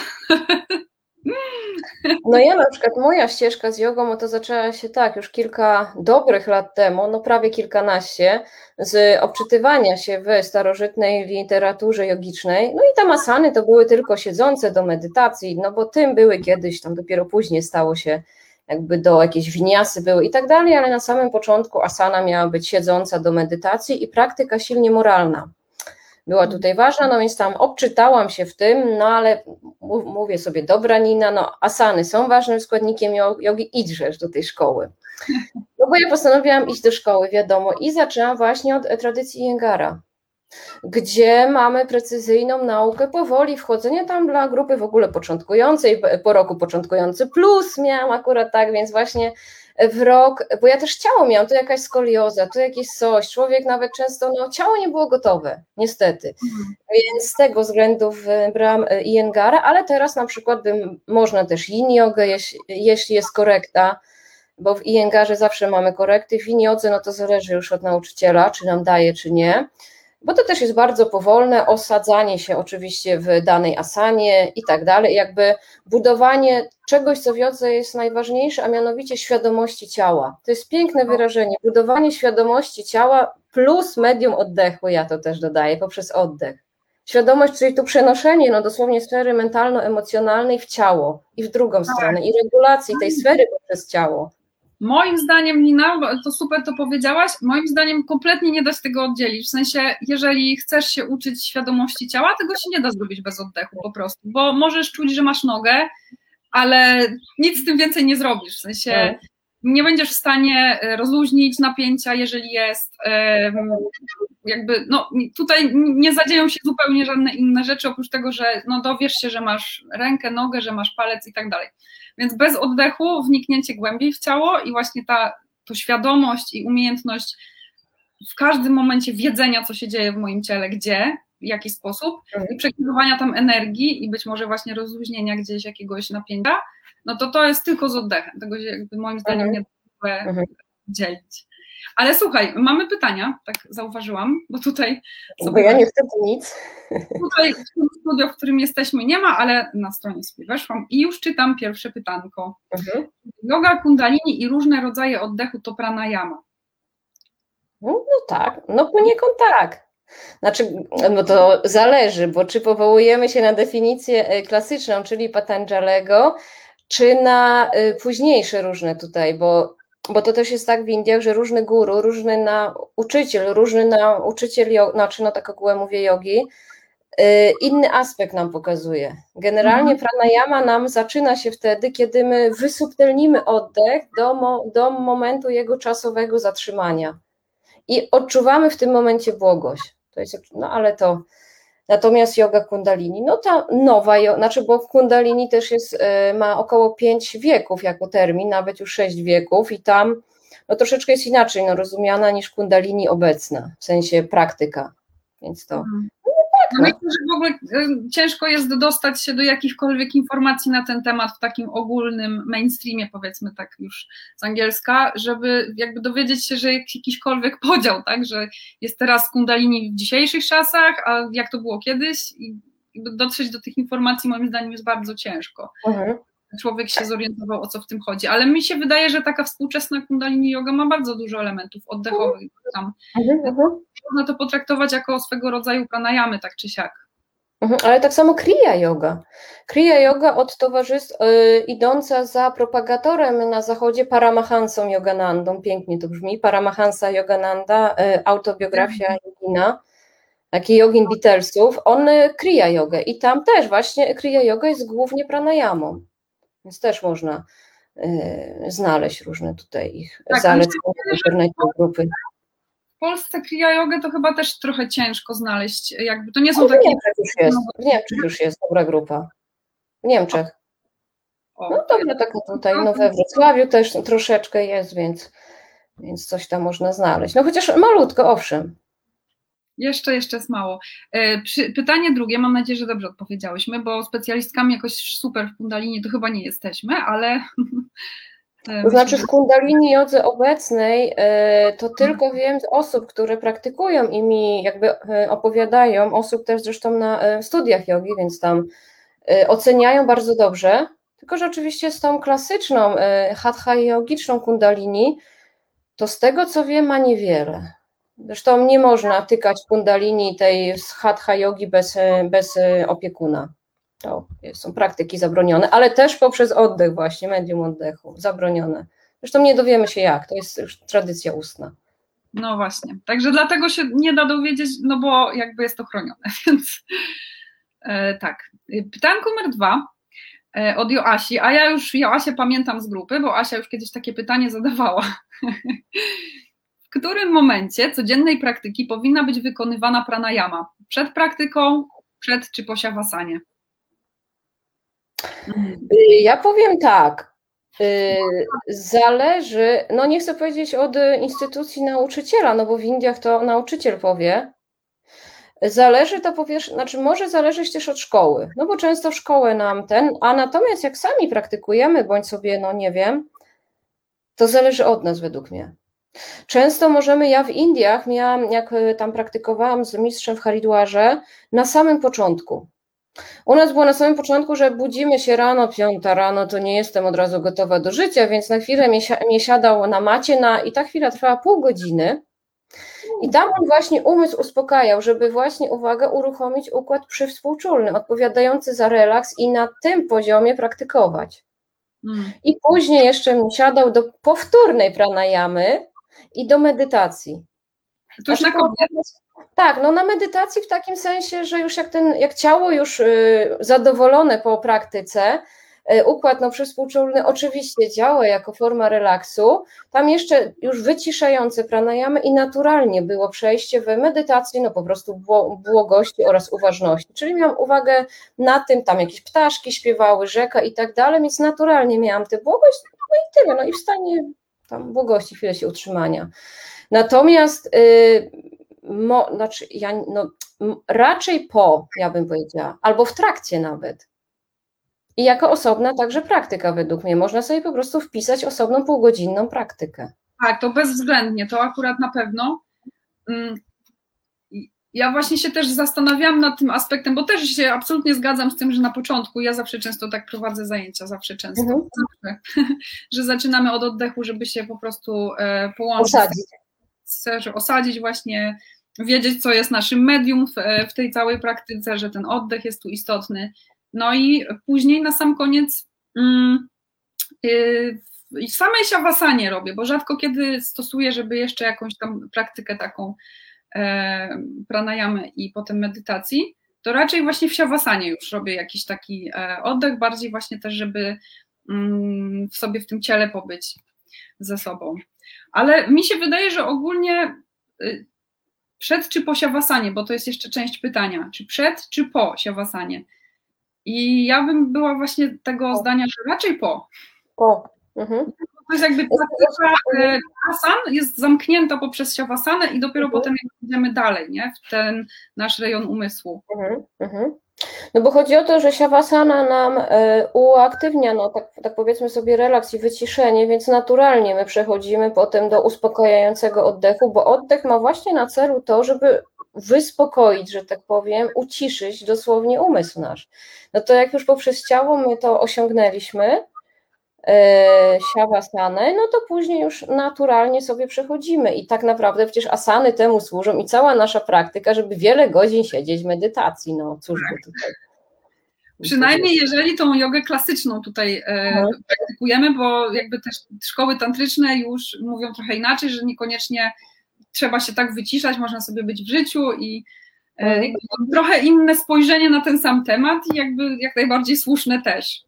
No ja na przykład, moja ścieżka z jogą, to zaczęła się tak już kilka dobrych lat temu, no prawie kilkanaście, z obczytywania się w starożytnej literaturze jogicznej, no i tam asany to były tylko siedzące do medytacji, no bo tym były kiedyś, tam dopiero później stało się jakby do jakieś winiasy były i tak dalej, ale na samym początku asana miała być siedząca do medytacji i praktyka silnie moralna była tutaj ważna, no więc tam obczytałam się w tym, no ale mówię sobie, dobra Nina, no asany są ważnym składnikiem jogi, idźesz do tej szkoły. No bo ja postanowiłam iść do szkoły, wiadomo, i zaczęłam właśnie od tradycji Iyengara, gdzie mamy precyzyjną naukę powoli wchodzenia tam dla grupy w ogóle początkującej, po roku początkujący plus miałam akurat tak, więc właśnie w rok, bo ja też ciało miałam, tu jakaś skolioza, tu jakieś coś, człowiek nawet często, no ciało nie było gotowe, niestety, więc z tego względu wybrałam Iyengara, ale teraz na przykład można też yin jogę, jeśli jest korekta, bo w Iyengarze zawsze mamy korekty, w yin jodze no to zależy już od nauczyciela, czy nam daje, czy nie, bo to też jest bardzo powolne osadzanie się oczywiście w danej asanie i tak dalej, jakby budowanie czegoś, co w jodze jest najważniejsze, a mianowicie świadomości ciała. To jest piękne wyrażenie, budowanie świadomości ciała plus medium oddechu, ja to też dodaję, poprzez oddech. Świadomość, czyli tu przenoszenie, no dosłownie sfery mentalno-emocjonalnej w ciało i w drugą stronę i regulacji tej sfery poprzez ciało. Moim zdaniem, Nina, to super to powiedziałaś, moim zdaniem kompletnie nie da się tego oddzielić, w sensie, jeżeli chcesz się uczyć świadomości ciała, tego się nie da zrobić bez oddechu po prostu, bo możesz czuć, że masz nogę, ale nic z tym więcej nie zrobisz, w sensie nie będziesz w stanie rozluźnić napięcia, jeżeli jest, jakby, no tutaj nie zadzieją się zupełnie żadne inne rzeczy, oprócz tego, że no dowiesz się, że masz rękę, nogę, że masz palec i tak dalej. Więc bez oddechu wniknięcie głębiej w ciało i właśnie to świadomość i umiejętność w każdym momencie wiedzenia, co się dzieje w moim ciele, gdzie, w jaki sposób i przekierowania tam energii i być może właśnie rozluźnienia gdzieś jakiegoś napięcia, no to jest tylko z oddechem. Tego się jakby moim zdaniem nie da dzielić. Ale słuchaj, mamy pytania, tak zauważyłam, bo tutaj... Bo ja niestety nic. Tutaj w tym studio, w którym jesteśmy, nie ma, ale na stronie sobie weszłam i już czytam pierwsze pytanko. Yoga kundalini i różne rodzaje oddechu to pranayama. No tak, no poniekąd tak. Znaczy, no to zależy, bo czy powołujemy się na definicję klasyczną, czyli Patanjalego, czy na późniejsze różne tutaj, bo to też jest tak w Indiach, że różny guru, różny nauczyciel, znaczy no tak ogółem mówię jogi, inny aspekt nam pokazuje. Generalnie pranayama nam zaczyna się wtedy, kiedy my wysubtelnimy oddech do momentu jego czasowego zatrzymania i odczuwamy w tym momencie błogość. To jest, no ale to... Natomiast yoga kundalini, no ta nowa, znaczy bo kundalini też jest, ma około 5 wieków jako termin, nawet już 6 wieków i tam no troszeczkę jest inaczej rozumiana niż kundalini obecna, w sensie praktyka, więc to... No myślę, że w ogóle ciężko jest dostać się do jakichkolwiek informacji na ten temat w takim ogólnym mainstreamie, powiedzmy tak już z angielska, żeby jakby dowiedzieć się, że jest jakiśkolwiek podział, tak, że jest teraz kundalini w dzisiejszych czasach, a jak to było kiedyś i dotrzeć do tych informacji moim zdaniem jest bardzo ciężko. Człowiek się zorientował, o co w tym chodzi, ale mi się wydaje, że taka współczesna kundalini yoga ma bardzo dużo elementów oddechowych tam. Można to potraktować jako swego rodzaju pranayamy, tak czy siak. Ale tak samo kriya yoga. Kriya yoga od towarzystw idąca za propagatorem na zachodzie Paramahansą Yoganandą, pięknie to brzmi, Paramahansa Yogananda, autobiografia jogina, taki jogin Beatlesów, on kriya jogę i tam też właśnie kriya yoga jest głównie pranayamą. Więc też można znaleźć różne tutaj ich zalecenia w internecie, grupy. W Polsce kriya jogę to chyba też trochę ciężko znaleźć. Jakby to nie są takie... W Niemczech już jest dobra grupa. W Niemczech. No dobra, taka tutaj, no we Wrocławiu też troszeczkę jest, więc coś tam można znaleźć. No chociaż malutko, owszem. Jeszcze jest mało. Pytanie drugie, mam nadzieję, że dobrze odpowiedziałyśmy, bo specjalistkami jakoś super w kundalini to chyba nie jesteśmy, ale... To znaczy w kundalini jodze obecnej to tylko wiem z osób, które praktykują i mi jakby opowiadają, osób też zresztą na studiach jogi, więc tam oceniają bardzo dobrze, tylko że oczywiście z tą klasyczną hatha jogiczną kundalini to z tego co wiem ma niewiele. Zresztą nie można tykać kundalini tej z hatha jogi bez opiekuna. To są praktyki zabronione, ale też poprzez oddech właśnie, medium oddechu, zabronione. Zresztą nie dowiemy się jak, to jest już tradycja ustna. No właśnie, także dlatego się nie da dowiedzieć, no bo jakby jest to chronione, więc tak. Pytanko numer 2 od Joasi, a ja już Joasię pamiętam z grupy, bo Asia już kiedyś takie pytanie zadawała. W którym momencie codziennej praktyki powinna być wykonywana pranayama? Przed praktyką, przed czy po siawasanie? Ja powiem tak, zależy, no nie chcę powiedzieć od instytucji nauczyciela, no bo w Indiach to nauczyciel powie, zależy to po pierwsze, znaczy może zależeć też od szkoły, no bo często szkołę nam a natomiast jak sami praktykujemy, bądź sobie, no nie wiem, to zależy od nas według mnie. Często możemy, ja w Indiach miałam, jak tam praktykowałam z mistrzem w Haridwarze, na samym początku. U nas było na samym początku, że budzimy się rano, 5 rano, to nie jestem od razu gotowa do życia, więc na chwilę mnie siadał na macie i ta chwila trwała pół godziny i tam on właśnie umysł uspokajał, żeby właśnie, uwaga, uruchomić układ przywspółczulny, odpowiadający za relaks i na tym poziomie praktykować. I później jeszcze mnie siadał do powtórnej pranayamy i do medytacji. To już na koniec. Tak, no na medytacji w takim sensie, że już jak ciało już zadowolone po praktyce, układ przywspółczulny oczywiście działa jako forma relaksu, tam jeszcze już wyciszające pranayamy i naturalnie było przejście w medytacji, no po prostu błogości oraz uważności, czyli miałam uwagę na tym, tam jakieś ptaszki śpiewały, rzeka i tak dalej, więc naturalnie miałam tę błogość, no i tyle, no i w stanie tam błogości, chwilę się utrzymania. Natomiast raczej ja bym powiedziała, albo w trakcie nawet. I jako osobna także praktyka według mnie. Można sobie po prostu wpisać osobną półgodzinną praktykę. Tak, to bezwzględnie, to akurat na pewno. Ja właśnie się też zastanawiałam nad tym aspektem, bo też się absolutnie zgadzam z tym, że na początku, ja zawsze często tak prowadzę zajęcia, że zaczynamy od oddechu, żeby się po prostu połączyć, osadzić właśnie, wiedzieć, co jest naszym medium w tej całej praktyce, że ten oddech jest tu istotny. No i później na sam koniec w samej siawasanie robię, bo rzadko kiedy stosuję, żeby jeszcze jakąś tam praktykę taką pranayamy i potem medytacji, to raczej właśnie w siawasanie już robię jakiś taki oddech, bardziej właśnie też, żeby w tym ciele pobyć ze sobą. Ale mi się wydaje, że ogólnie przed czy po siawasanie, bo to jest jeszcze część pytania, czy przed czy po siawasanie. I ja bym była właśnie tego zdania, że raczej po. To jest jakby praktyka asan jest zamknięta poprzez siawasanę i dopiero potem idziemy dalej, nie? W ten nasz rejon umysłu. No bo chodzi o to, że siawasana nam uaktywnia, no tak powiedzmy sobie, relaks i wyciszenie, więc naturalnie my przechodzimy potem do uspokajającego oddechu, bo oddech ma właśnie na celu to, żeby wyspokoić, że tak powiem, uciszyć dosłownie umysł nasz. No to jak już poprzez ciało my to osiągnęliśmy, siawasanę, no to później już naturalnie sobie przechodzimy i tak naprawdę przecież asany temu służą i cała nasza praktyka, żeby wiele godzin siedzieć w medytacji, no cóż by tutaj. Przynajmniej jeżeli tą jogę klasyczną tutaj praktykujemy, bo jakby też szkoły tantryczne już mówią trochę inaczej, że niekoniecznie trzeba się tak wyciszać, można sobie być w życiu i trochę inne spojrzenie na ten sam temat i jakby jak najbardziej słuszne też.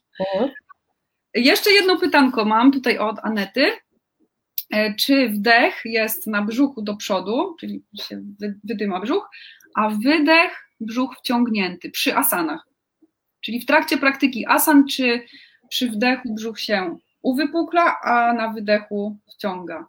Jeszcze jedno pytanko mam tutaj od Anety. Czy wdech jest na brzuchu do przodu, czyli się wydyma brzuch, a wydech brzuch wciągnięty przy asanach? Czyli w trakcie praktyki asan, czy przy wdechu brzuch się uwypukla, a na wydechu wciąga?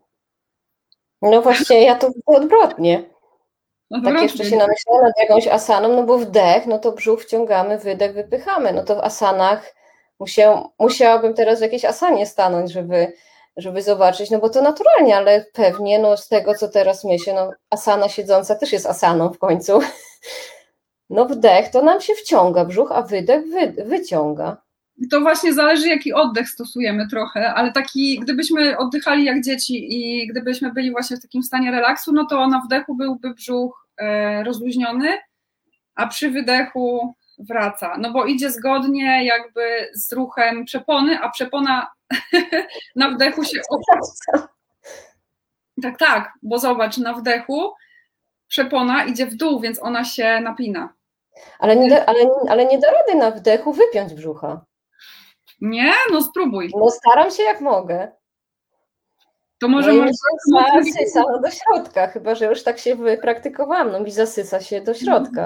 No właśnie, ja to odwrotnie. Tak jeszcze się namyślałam nad jakąś asaną, no bo wdech, no to brzuch wciągamy, wydech wypychamy. No to w asanach musiałabym teraz w jakiejś asanie stanąć, żeby zobaczyć, no bo to naturalnie, ale pewnie no z tego, co teraz myślę, no asana siedząca też jest asaną w końcu. No wdech to nam się wciąga brzuch, a wydech wyciąga. To właśnie zależy, jaki oddech stosujemy trochę, ale taki, gdybyśmy oddychali jak dzieci i gdybyśmy byli właśnie w takim stanie relaksu, no to na wdechu byłby brzuch rozluźniony, a przy wydechu wraca, no bo idzie zgodnie jakby z ruchem przepony, a przepona na wdechu się opuszcza. Tak, bo zobacz, na wdechu przepona idzie w dół, więc ona się napina. Ale nie da rady na wdechu wypiąć brzucha. Nie? No spróbuj. No staram się jak mogę. To może no zasysa do środka, chyba że już tak się wypraktykowałam, no mi zasysa się do środka.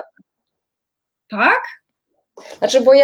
Tak? Znaczy, bo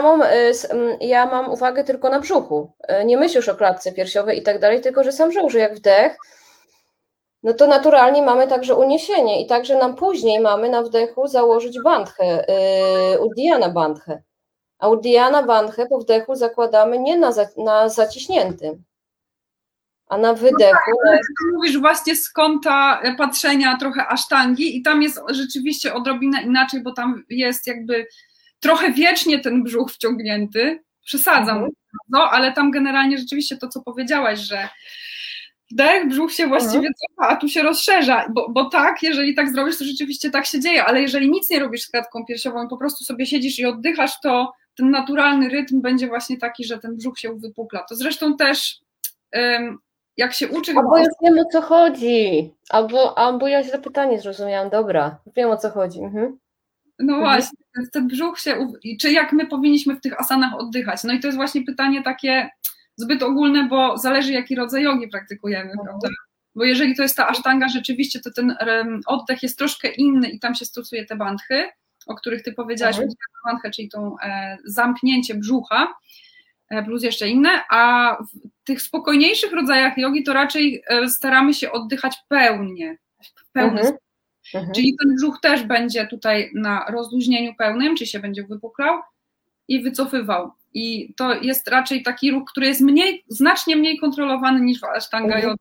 ja mam uwagę tylko na brzuchu. Nie myślę już o klatce piersiowej i tak dalej, tylko że sam brzuch, że jak wdech, no to naturalnie mamy także uniesienie i także nam później mamy na wdechu założyć bandhę, Uddiyana bandhę. A Uddiyana bandhę po wdechu zakładamy nie na zaciśniętym, a na wydechu. No tak, ty mówisz właśnie z kąta patrzenia trochę asztangi i tam jest rzeczywiście odrobinę inaczej, bo tam jest jakby trochę wiecznie ten brzuch wciągnięty, przesadzam, no, ale tam generalnie rzeczywiście to, co powiedziałaś, że wdech, brzuch się właściwie cofa, a tu się rozszerza, bo tak, jeżeli tak zrobisz, to rzeczywiście tak się dzieje, ale jeżeli nic nie robisz z klatką piersiową i po prostu sobie siedzisz i oddychasz, to ten naturalny rytm będzie właśnie taki, że ten brzuch się uwypukla. To zresztą też jak się uczy... Albo już wiem, o co chodzi, albo ja źle pytanie zrozumiałam, dobra, wiem, o co chodzi. No właśnie, ten brzuch się... Czy jak my powinniśmy w tych asanach oddychać? No i to jest właśnie pytanie takie zbyt ogólne, bo zależy, jaki rodzaj jogi praktykujemy, prawda? Bo jeżeli to jest ta asztanga, rzeczywiście to ten oddech jest troszkę inny i tam się stosuje te bandhy, o których ty powiedziałaś, bandhę, czyli tą zamknięcie brzucha, plus jeszcze inne, a w tych spokojniejszych rodzajach jogi to raczej staramy się oddychać pełnie, w pełny sposób. Czyli ten brzuch też będzie tutaj na rozluźnieniu pełnym, czy się będzie wypuklał i wycofywał. i to jest raczej taki ruch, który jest znacznie mniej kontrolowany niż asztanga joga.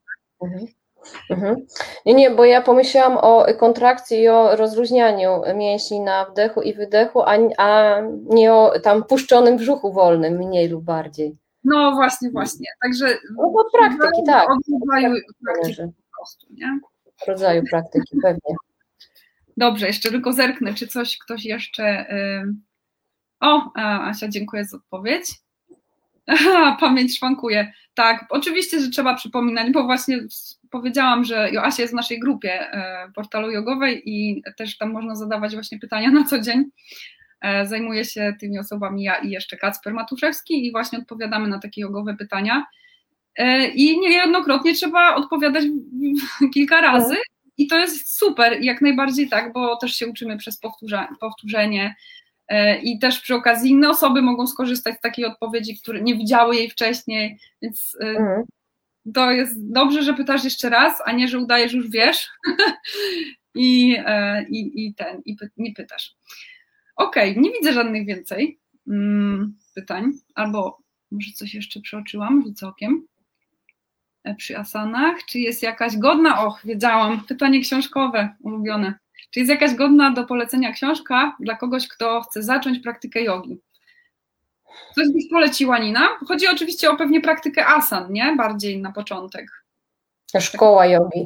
Nie, bo ja pomyślałam o kontrakcji i o rozluźnianiu mięśni na wdechu i wydechu, a nie o tam puszczonym brzuchu wolnym, mniej lub bardziej. No właśnie. Także od praktyki, tak. Od rodzaju praktyki po prostu, nie? Od rodzaju praktyki, pewnie. Dobrze, jeszcze tylko zerknę, czy ktoś jeszcze... Asia, dziękuję za odpowiedź. Aha, pamięć szwankuje. Tak, oczywiście, że trzeba przypominać, bo właśnie powiedziałam, że Joasia jest w naszej grupie portalu jogowej i też tam można zadawać właśnie pytania na co dzień. Zajmuję się tymi osobami ja i jeszcze Kacper Matuszewski i właśnie odpowiadamy na takie jogowe pytania. I niejednokrotnie trzeba odpowiadać kilka razy i to jest super, jak najbardziej tak, bo też się uczymy przez powtórzenie. I też przy okazji inne osoby mogą skorzystać z takiej odpowiedzi, które nie widziały jej wcześniej, więc to jest dobrze, że pytasz jeszcze raz, a nie, że udajesz, już wiesz i nie pytasz. Okej, nie widzę żadnych więcej pytań, albo może coś jeszcze przeoczyłam, rzucę okiem. Przy asanach, czy jest jakaś godna, wiedziałam, pytanie książkowe, ulubione. Czy jest jakaś godna do polecenia książka dla kogoś, kto chce zacząć praktykę jogi? Coś byś poleciła, Nina? Chodzi oczywiście o pewnie praktykę asan, nie? Bardziej na początek. Szkoła jogi.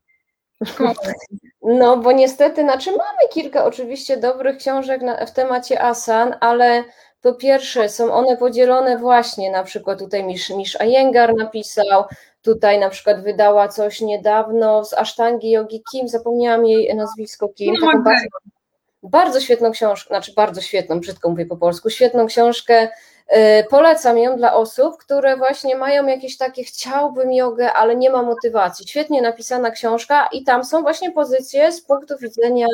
No, bo niestety, mamy kilka oczywiście dobrych książek w temacie asan, ale po pierwsze są one podzielone właśnie, na przykład tutaj Mish Iyengar napisał, tutaj na przykład wydała coś niedawno z asztangi jogi Kim, zapomniałam jej nazwisko Kim, taką bardzo świetną książkę, bardzo świetną, brzydko mówię po polsku, świetną książkę, polecam ją dla osób, które właśnie mają jakieś takie chciałbym jogę, ale nie ma motywacji. Świetnie napisana książka i tam są właśnie pozycje z punktu widzenia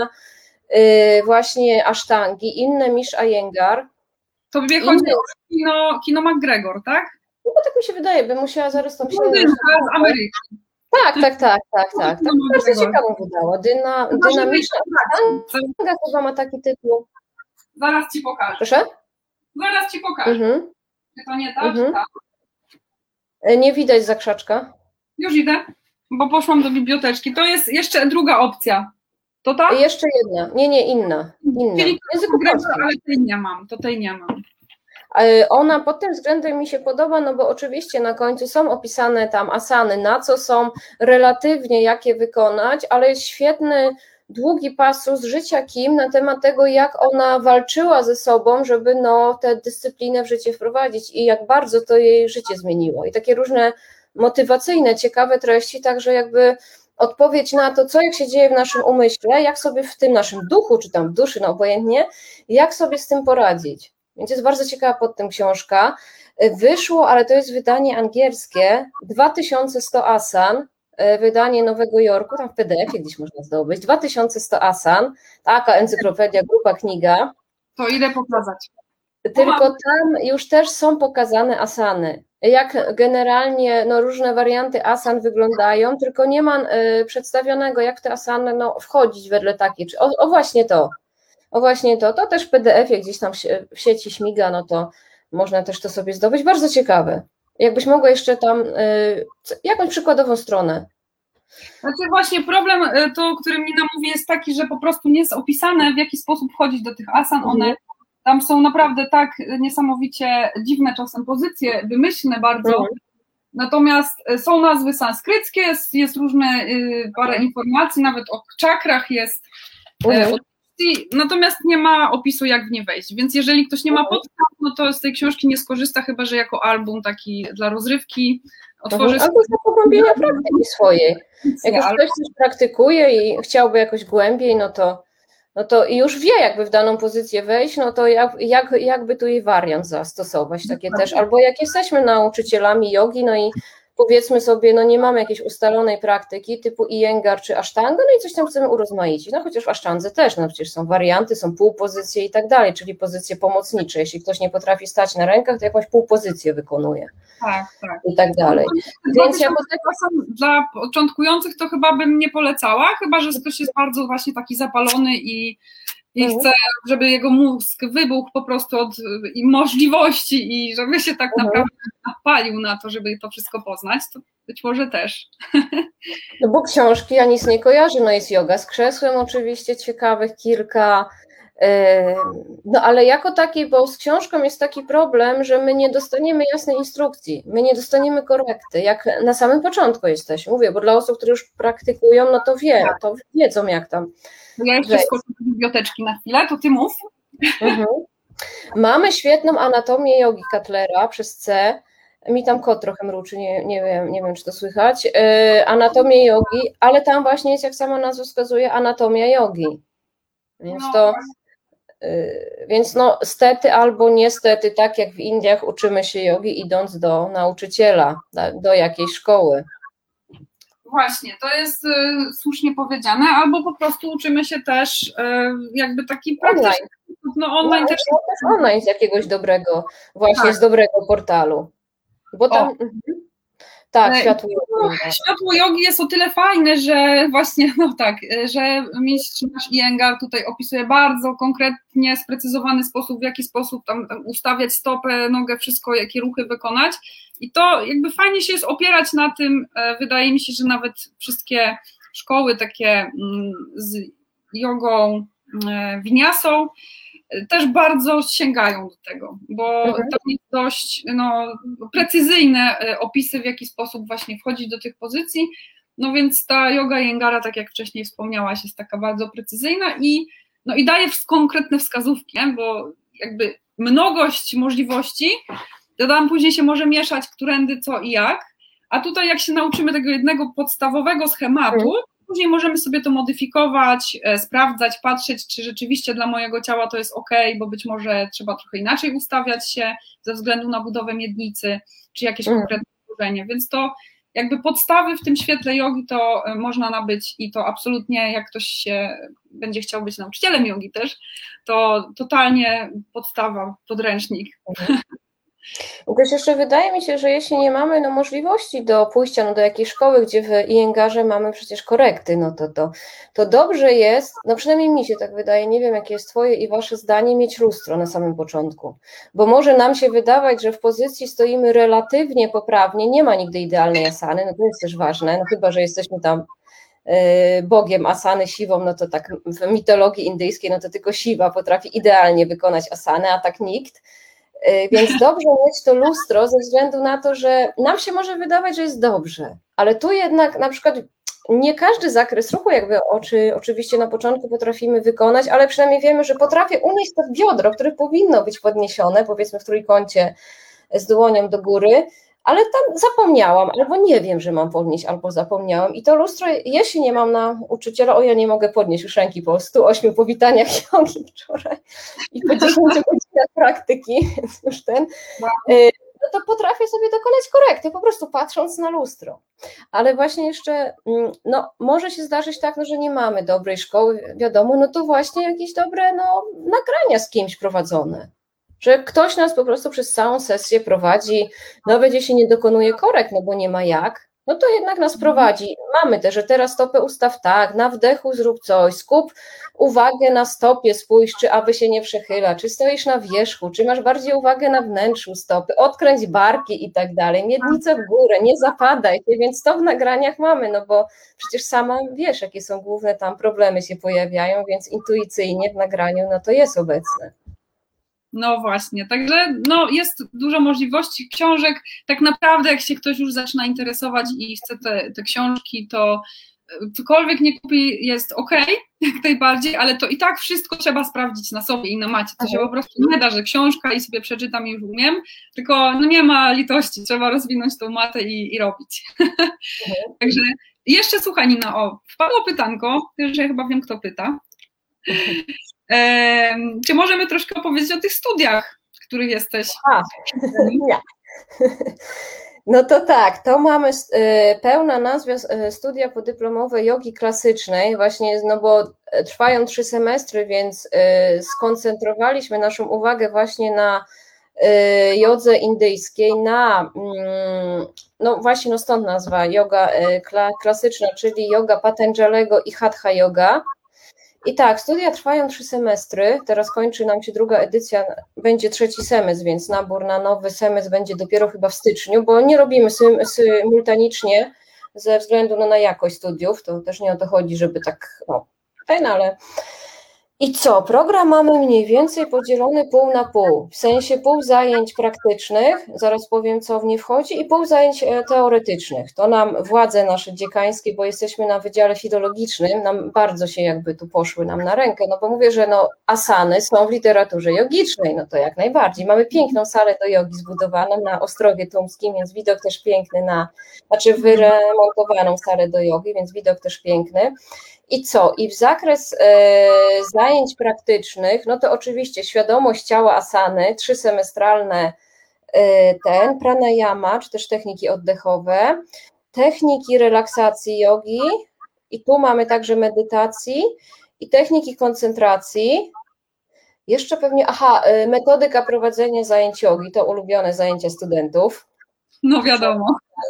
właśnie asztangi, inne Mish Iyengar. To by chodzi o Kino McGregor, tak? No bo tak mi się wydaje, bym musiała zaraz tam się... z Ameryki. Tak. Bardzo ciekawą wydała. Dyna Mish Iyengar chyba ma taki tytuł. Zaraz ci pokażę. Proszę? Zaraz ci pokażę. Czy to nie ta, czy ta? Nie widać za krzaczka. Już idę, bo poszłam do biblioteczki. To jest jeszcze druga opcja. To ta? Jeszcze jedna. Nie, inna. Czyli ale tej nie mam. Ona pod tym względem mi się podoba, no bo oczywiście na końcu są opisane tam asany, na co są relatywnie, jakie wykonać, ale jest świetny, długi pasus życia Kim na temat tego, jak ona walczyła ze sobą, żeby tę dyscyplinę w życie wprowadzić i jak bardzo to jej życie zmieniło. I takie różne motywacyjne, ciekawe treści, także jakby odpowiedź na to, co jak się dzieje w naszym umyśle, jak sobie w tym naszym duchu, czy tam w duszy, obojętnie, jak sobie z tym poradzić. Więc jest bardzo ciekawa pod tym książka. Wyszło, ale to jest wydanie angielskie, 2100 asan, wydanie Nowego Jorku, tam w PDF-ie gdzieś można zdobyć, 2100 asan, taka encyklopedia, gruba kniga. To idę pokazać. Tylko tam już też są pokazane asany, jak generalnie różne warianty asan wyglądają, tylko nie ma przedstawionego, jak te asany wchodzić wedle takiej, właśnie to też w PDF-ie gdzieś tam w sieci śmiga, to można też to sobie zdobyć, bardzo ciekawe. Jakbyś mogła jeszcze tam jakąś przykładową stronę. Znaczy właśnie problem, o którym Nina mówi, jest taki, że po prostu nie jest opisane, w jaki sposób wchodzić do tych asan. One tam są naprawdę tak niesamowicie dziwne czasem pozycje, wymyślne bardzo. Natomiast są nazwy sanskryckie, jest różne parę informacji, nawet o czakrach jest. Natomiast nie ma opisu, jak w nie wejść, więc jeżeli ktoś nie ma podstaw, to z tej książki nie skorzysta, chyba że jako album taki dla rozrywki otworzy. Albo dla pogłębienia praktyki swojej. Jak już ktoś coś praktykuje i chciałby jakoś głębiej, no to i już wie, jakby w daną pozycję wejść, to jakby tu jej wariant zastosować, takie też, albo jak jesteśmy nauczycielami jogi, i powiedzmy sobie, nie mamy jakiejś ustalonej praktyki typu Iyengar czy asztanga, i coś tam chcemy urozmaicić, chociaż w asztandze też, przecież są warianty, są półpozycje i tak dalej, czyli pozycje pomocnicze, jeśli ktoś nie potrafi stać na rękach, to jakąś półpozycję wykonuje. Tak. I tak dalej. Więc dla początkujących to chyba bym nie polecała, chyba że ktoś jest bardzo właśnie taki zapalony i i chce, żeby jego mózg wybuchł po prostu od możliwości i żeby się tak naprawdę napalił na to, żeby to wszystko poznać, to być może też. No bo książki ja nic nie kojarzę, no jest Yoga z krzesłem oczywiście, ciekawych kilka, no ale jako taki, bo z książką jest taki problem, że my nie dostaniemy jasnej instrukcji, my nie dostaniemy korekty, jak na samym początku jesteśmy, mówię, bo dla osób, które już praktykują, no to wiedzą jak tam. Ja jeszcze skoczę do biblioteczki na chwilę, to ty mów. Mamy świetną anatomię jogi Cutlera przez C. Mi tam kot trochę mruczy, nie wiem, czy to słychać. Anatomię jogi, ale tam właśnie jest, jak sama nazwa wskazuje, anatomia jogi. Więc no stety albo niestety, tak jak w Indiach uczymy się jogi idąc do nauczyciela, do jakiejś szkoły. Właśnie, to jest słusznie powiedziane, albo po prostu uczymy się też jakby taki praktyczny. Online też online z jakiegoś dobrego, właśnie z dobrego portalu. Bo tam tak, światło jogi. Światło jogi jest o tyle fajne, że właśnie, że mistrz nasz Iyengar tutaj opisuje bardzo konkretnie, sprecyzowany sposób, w jaki sposób tam ustawiać stopę, nogę, wszystko, jakie ruchy wykonać. I to jakby fajnie się jest opierać na tym. Wydaje mi się, że nawet wszystkie szkoły takie z jogą, winiasą też bardzo sięgają do tego, bo to jest dość precyzyjne opisy, w jaki sposób właśnie wchodzić do tych pozycji, no więc ta joga Iyengara, tak jak wcześniej wspomniałaś, jest taka bardzo precyzyjna i daje konkretne wskazówki, bo jakby mnogość możliwości, dodam, później się może mieszać, którędy, co i jak, a tutaj jak się nauczymy tego jednego podstawowego schematu, później możemy sobie to modyfikować, sprawdzać, patrzeć, czy rzeczywiście dla mojego ciała to jest ok, bo być może trzeba trochę inaczej ustawiać się ze względu na budowę miednicy, czy jakieś konkretne położenie, więc to jakby podstawy w tym świetle jogi to można nabyć i to absolutnie, jak ktoś się będzie chciał być nauczycielem jogi też, to totalnie podstawa, podręcznik. Też jeszcze wydaje mi się, że jeśli nie mamy możliwości do pójścia do jakiejś szkoły, gdzie w Iyengarze mamy przecież korekty, to dobrze jest, przynajmniej mi się tak wydaje, nie wiem jakie jest twoje i wasze zdanie, mieć lustro na samym początku, bo może nam się wydawać, że w pozycji stoimy relatywnie poprawnie, nie ma nigdy idealnej asany, to jest też ważne, chyba że jesteśmy tam bogiem asany, siwą, to tak w mitologii indyjskiej, to tylko siwa potrafi idealnie wykonać asanę, a tak nikt. Więc dobrze mieć to lustro ze względu na to, że nam się może wydawać, że jest dobrze, ale tu jednak na przykład nie każdy zakres ruchu jakby oczywiście na początku potrafimy wykonać, ale przynajmniej wiemy, że potrafię unieść to biodro, które powinno być podniesione, powiedzmy w trójkącie z dłonią do góry, ale tam zapomniałam, albo nie wiem, że mam podnieść, albo zapomniałam i to lustro, jeśli nie mam nauczyciela, ja nie mogę podnieść już ręki po 108 powitaniach jogi wczoraj i po 10 godzinach praktyki, więc już to potrafię sobie dokonać korekty, po prostu patrząc na lustro. Ale właśnie jeszcze, może się zdarzyć tak, że nie mamy dobrej szkoły, wiadomo, to właśnie jakieś dobre nagrania z kimś prowadzone. Że ktoś nas po prostu przez całą sesję prowadzi, nawet jeśli nie dokonuje korekt, bo nie ma jak, to jednak nas prowadzi. Mamy też, że teraz stopę ustaw tak, na wdechu zrób coś, skup uwagę na stopie, spójrz, czy aby się nie przechyla, czy stoisz na wierzchu, czy masz bardziej uwagę na wnętrzu stopy, odkręć barki i tak dalej, miednicę w górę, nie zapadaj się, więc to w nagraniach mamy, bo przecież sama wiesz, jakie są główne tam problemy się pojawiają, więc intuicyjnie w nagraniu to jest obecne. No właśnie, także jest dużo możliwości książek, tak naprawdę jak się ktoś już zaczyna interesować i chce te książki, to cokolwiek nie kupi jest okej, jak najbardziej, ale to i tak wszystko trzeba sprawdzić na sobie i na macie, to się po prostu nie da, że książka i sobie przeczytam i już umiem, tylko nie ma litości, trzeba rozwinąć tą matę i robić. Także jeszcze słuchaj Nina, wpadło pytanko, że ja chyba wiem kto pyta. Czy możemy troszkę opowiedzieć o tych studiach, w których jesteś? Ja. To tak, to mamy pełna nazwa studia podyplomowe jogi klasycznej, właśnie bo trwają 3 semestry, więc skoncentrowaliśmy naszą uwagę właśnie na jodze indyjskiej, właśnie stąd nazwa joga klasyczna, czyli joga Patanjalego i Hatha yoga. I tak, studia trwają 3 semestry, teraz kończy nam się druga edycja, będzie 3. semestr, więc nabór na nowy semestr będzie dopiero chyba w styczniu, bo nie robimy symultanicznie ze względu na jakość studiów, to też nie o to chodzi, żeby tak, ale... I co? Program mamy mniej więcej podzielony pół na pół, w sensie pół zajęć praktycznych, zaraz powiem co w nie wchodzi, i pół zajęć teoretycznych. To nam władze nasze dziekańskie, bo jesteśmy na Wydziale Filologicznym, nam bardzo się jakby tu poszły nam na rękę, no bo mówię, że asany są w literaturze jogicznej, no to jak najbardziej. Mamy piękną salę do jogi zbudowaną na Ostrowie Tumskim, więc widok też piękny wyremontowaną salę do jogi, więc widok też piękny. I co? I w zakres zajęć praktycznych, no to oczywiście świadomość ciała asany, 3-semestralne pranayama, czy też techniki oddechowe, techniki relaksacji jogi, i tu mamy także medytacji i techniki koncentracji. Jeszcze pewnie, metodyka prowadzenia zajęć jogi, to ulubione zajęcia studentów. No wiadomo.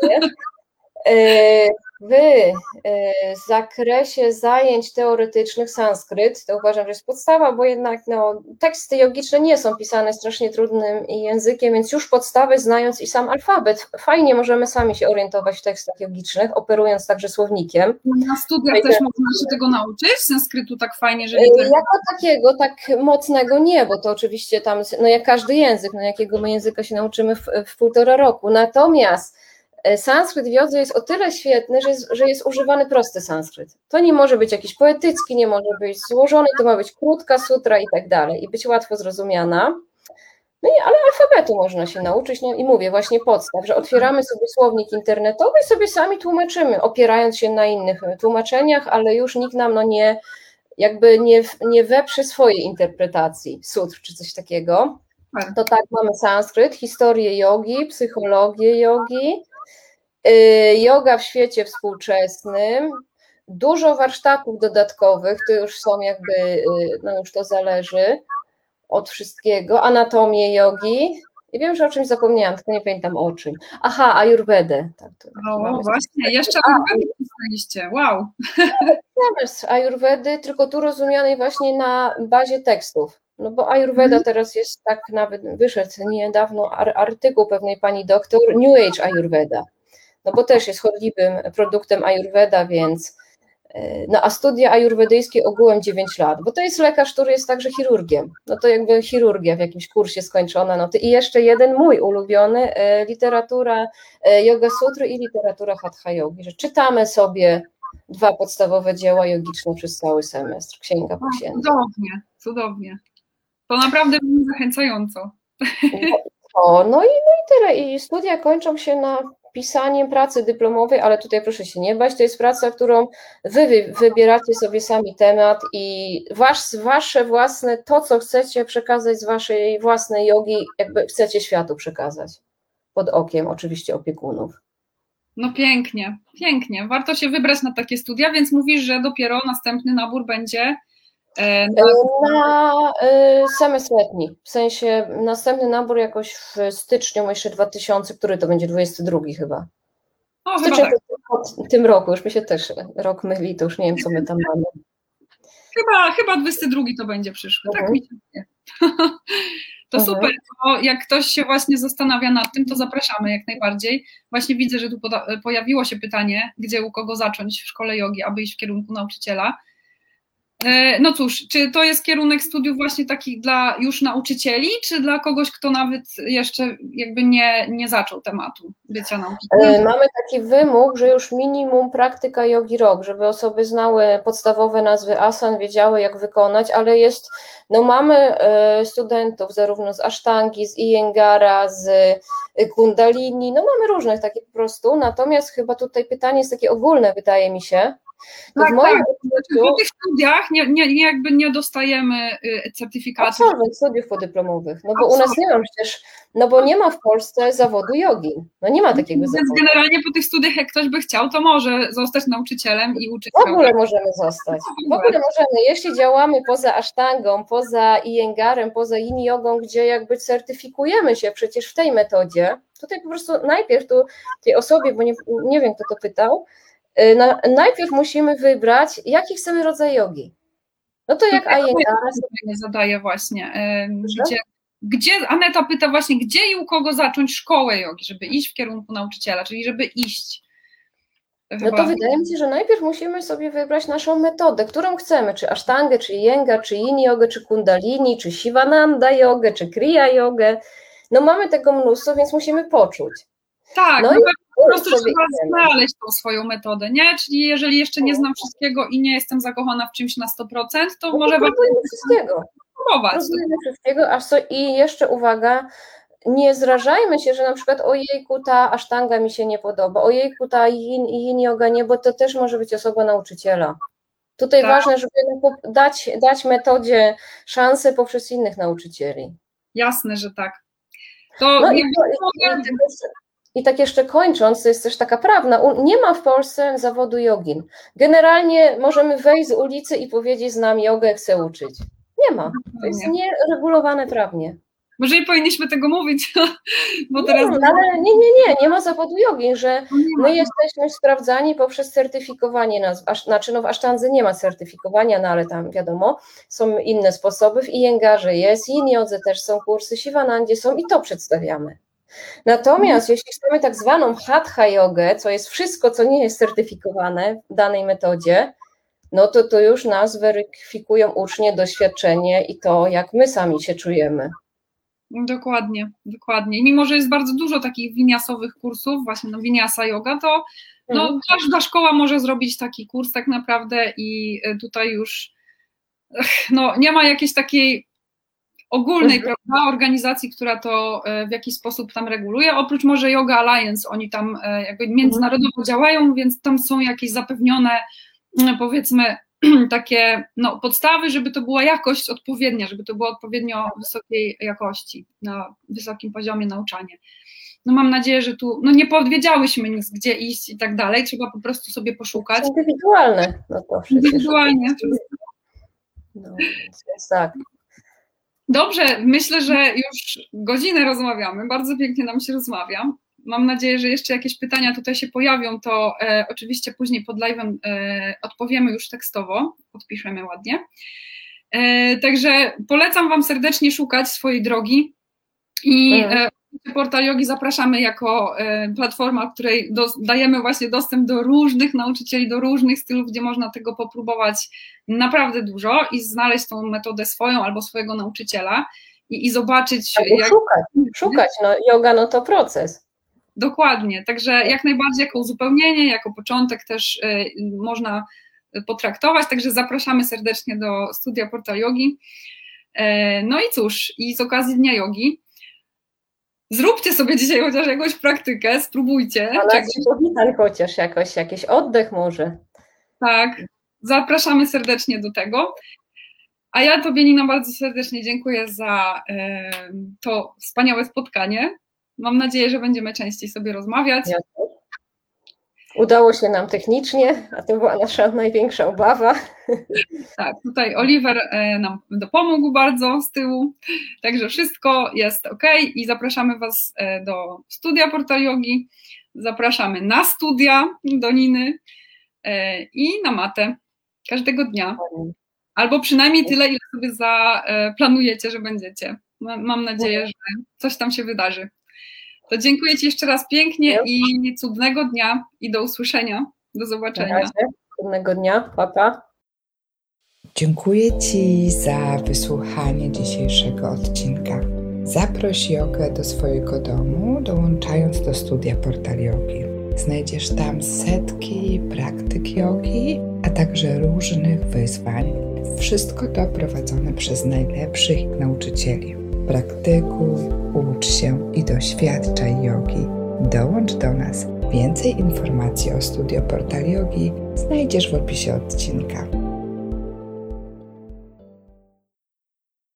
W zakresie zajęć teoretycznych sanskryt, to uważam, że jest podstawa, bo jednak teksty jogiczne nie są pisane strasznie trudnym językiem, więc już podstawy znając i sam alfabet, fajnie możemy sami się orientować w tekstach jogicznych, operując także słownikiem. Na studiach też można się tego nauczyć, sanskrytu tak fajnie, że... Jako takiego, tak mocnego nie, bo to oczywiście tam, jak każdy język, jakiego my języka się nauczymy w 1,5 roku, natomiast sanskryt w jodze jest o tyle świetny, że jest używany prosty sanskryt. To nie może być jakiś poetycki, nie może być złożony, to ma być krótka sutra i tak dalej, i być łatwo zrozumiana. Ale alfabetu można się nauczyć, i mówię właśnie podstaw, że otwieramy sobie słownik internetowy i sobie sami tłumaczymy, opierając się na innych tłumaczeniach, ale już nikt nam nie weprze swojej interpretacji sutr czy coś takiego. To tak, mamy sanskryt, historię jogi, psychologię jogi, joga w świecie współczesnym, dużo warsztatów dodatkowych, to już są już to zależy od wszystkiego, anatomię jogi, i wiem, że o czymś zapomniałam, tylko nie pamiętam o czym. Ajurvedę. Tak, właśnie, jeszcze Ajurvedę pisaliście, wow. Zamiast Ajurvedy, tylko tu rozumianej właśnie na bazie tekstów. Bo Ajurveda teraz jest, tak nawet wyszedł niedawno artykuł pewnej pani doktor, New Age Ajurveda, bo też jest chodliwym produktem Ajurveda, więc, a studia ajurwedyjskie ogółem 9 lat, bo to jest lekarz, który jest także chirurgiem, to jakby chirurgia w jakimś kursie skończona, i jeszcze jeden mój ulubiony, literatura Yoga Sutry i literatura Hatha Yogi, że czytamy sobie 2 podstawowe dzieła jogiczne przez cały semestr, księga poświęceń. Cudownie. To naprawdę było zachęcająco. I tyle. I studia kończą się na pisaniem pracy dyplomowej, ale tutaj proszę się nie bać, to jest praca, którą wy wybieracie sobie sami temat i wasze własne, to co chcecie przekazać z waszej własnej jogi, jakby chcecie światu przekazać. Pod okiem oczywiście opiekunów. Pięknie. Warto się wybrać na takie studia, więc mówisz, że dopiero następny nabór będzie... Na semestr letni, w sensie następny nabór jakoś w styczniu, jeszcze 2000, który to będzie 22 chyba. Styczeń w tym roku, już mi się też rok myli, to już nie wiem, co my tam mamy. Chyba 22 to będzie przyszły, tak mi się wydaje. To super, bo jak ktoś się właśnie zastanawia nad tym, to zapraszamy jak najbardziej. Właśnie widzę, że tu pojawiło się pytanie, gdzie u kogo zacząć w szkole jogi, aby iść w kierunku nauczyciela. No cóż, czy to jest kierunek studiów właśnie takich dla już nauczycieli, czy dla kogoś, kto nawet jeszcze jakby nie zaczął tematu bycia nauczycielem? Mamy taki wymóg, że już minimum praktyka jogi rok, żeby osoby znały podstawowe nazwy asan, wiedziały jak wykonać, ale mamy studentów zarówno z Asztangi, z Iyengara, z Kundalini, mamy różnych takich po prostu, natomiast chyba tutaj pytanie jest takie ogólne, wydaje mi się. Po tych studiach nie dostajemy certyfikatu. Studiów podyplomowych, bo u nas nie ma przecież, bo nie ma w Polsce zawodu jogi, nie ma takiego zawodu. Więc generalnie po tych studiach, jak ktoś by chciał, to może zostać nauczycielem i uczyć W ogóle możemy zostać, jeśli działamy poza Asztangą, poza Iyengarem, poza Yin Jogą, gdzie jakby certyfikujemy się przecież w tej metodzie, tutaj po prostu najpierw tej osobie, bo nie wiem, kto to pytał, najpierw musimy wybrać, jaki chcemy rodzaj jogi. No to jak Iyengar zadaje właśnie, gdzie Aneta pyta właśnie, gdzie i u kogo zacząć szkołę jogi, żeby iść w kierunku nauczyciela, czyli żeby iść. No to wydaje mi się, że najpierw musimy sobie wybrać naszą metodę, którą chcemy, czy Ashtangę, czy Iyengar, czy Yin jogę, czy Kundalini, czy Sivananda jogę, czy Kriya jogę. No mamy tego mnóstwo, więc musimy poczuć. Tak, no po prostu trzeba znaleźć tą swoją metodę, nie? Czyli jeżeli jeszcze nie znam wszystkiego i nie jestem zakochana w czymś na 100%, to może próbujmy wszystkiego. Próbujmy wszystkiego, i jeszcze uwaga, nie zrażajmy się, że na przykład ojejku, ta Ashtanga mi się nie podoba, ojejku, ta Yin yoga nie, bo to też może być osoba nauczyciela. Tutaj ważne, żeby dać metodzie szansę poprzez innych nauczycieli. Jasne, że tak. I tak jeszcze kończąc, to jest też taka prawda, nie ma w Polsce zawodu jogin. Generalnie możemy wejść z ulicy i powiedzieć, znam jogę, chcę uczyć. Nie ma. To jest nieregulowane prawnie. Może nie powinniśmy tego mówić, bo teraz... Ale nie ma zawodu jogin, że my jesteśmy sprawdzani poprzez certyfikowanie nas. Znaczy w Ashtandze nie ma certyfikowania, no ale tam wiadomo, są inne sposoby, w Iyengarze jest, Yin jodze też są kursy, Sivanandzie są i to przedstawiamy. Natomiast jeśli chcemy tak zwaną hatha jogę, co jest wszystko, co nie jest certyfikowane w danej metodzie, no to już nas weryfikują ucznie, doświadczenie i to, jak my sami się czujemy. Dokładnie. Mimo że jest bardzo dużo takich winiasowych kursów, właśnie winiasa yoga, to każda szkoła może zrobić taki kurs tak naprawdę i tutaj już nie ma jakiejś takiej ogólnej prawda, organizacji, która to w jakiś sposób tam reguluje, oprócz może Yoga Alliance, oni tam jakby międzynarodowo działają, więc tam są jakieś zapewnione, powiedzmy, takie podstawy, żeby to była jakość odpowiednia, żeby to było odpowiednio wysokiej jakości, na wysokim poziomie nauczania. Mam nadzieję, że tu nie podwiedziałyśmy nic, gdzie iść i tak dalej, trzeba po prostu sobie poszukać. Indywidualne. Indywidualnie. Jest tak. Dobrze, myślę, że już godzinę rozmawiamy, bardzo pięknie nam się rozmawia. Mam nadzieję, że jeszcze jakieś pytania tutaj się pojawią, to oczywiście później pod live'em odpowiemy już tekstowo, odpiszemy ładnie. Także polecam Wam serdecznie szukać swojej drogi i Portal Jogi zapraszamy jako platforma, w której dajemy właśnie dostęp do różnych nauczycieli, do różnych stylów, gdzie można tego popróbować naprawdę dużo i znaleźć tą metodę swoją albo swojego nauczyciela i zobaczyć. Szukać. Yoga to proces. Dokładnie, także jak najbardziej jako uzupełnienie, jako początek też można potraktować, także zapraszamy serdecznie do studia Portal Jogi. No i cóż, i z okazji Dnia Jogi zróbcie sobie dzisiaj chociaż jakąś praktykę, spróbujcie. Powitań chociaż jakiś oddech może. Tak, zapraszamy serdecznie do tego. A ja Tobie, Nina, bardzo serdecznie dziękuję za to wspaniałe spotkanie. Mam nadzieję, że będziemy częściej sobie rozmawiać. Udało się nam technicznie, a to była nasza największa obawa. Tak, tutaj Oliver nam dopomógł bardzo z tyłu, także wszystko jest ok i zapraszamy Was do studia Portal Jogi, zapraszamy na studia do Niny i na matę każdego dnia, albo przynajmniej tyle, ile sobie zaplanujecie, że będziecie. Mam nadzieję, że coś tam się wydarzy. To dziękuję Ci jeszcze raz pięknie i cudnego dnia i do usłyszenia. Do zobaczenia. Cudnego dnia. Pa, pa. Dziękuję Ci za wysłuchanie dzisiejszego odcinka. Zaproś jogę do swojego domu, dołączając do studia Portal Jogi. Znajdziesz tam setki praktyk jogi, a także różnych wyzwań. Wszystko to prowadzone przez najlepszych nauczycieli. Praktykuj, ucz się i doświadczaj jogi. Dołącz do nas. Więcej informacji o studio Portal Jogi znajdziesz w opisie odcinka.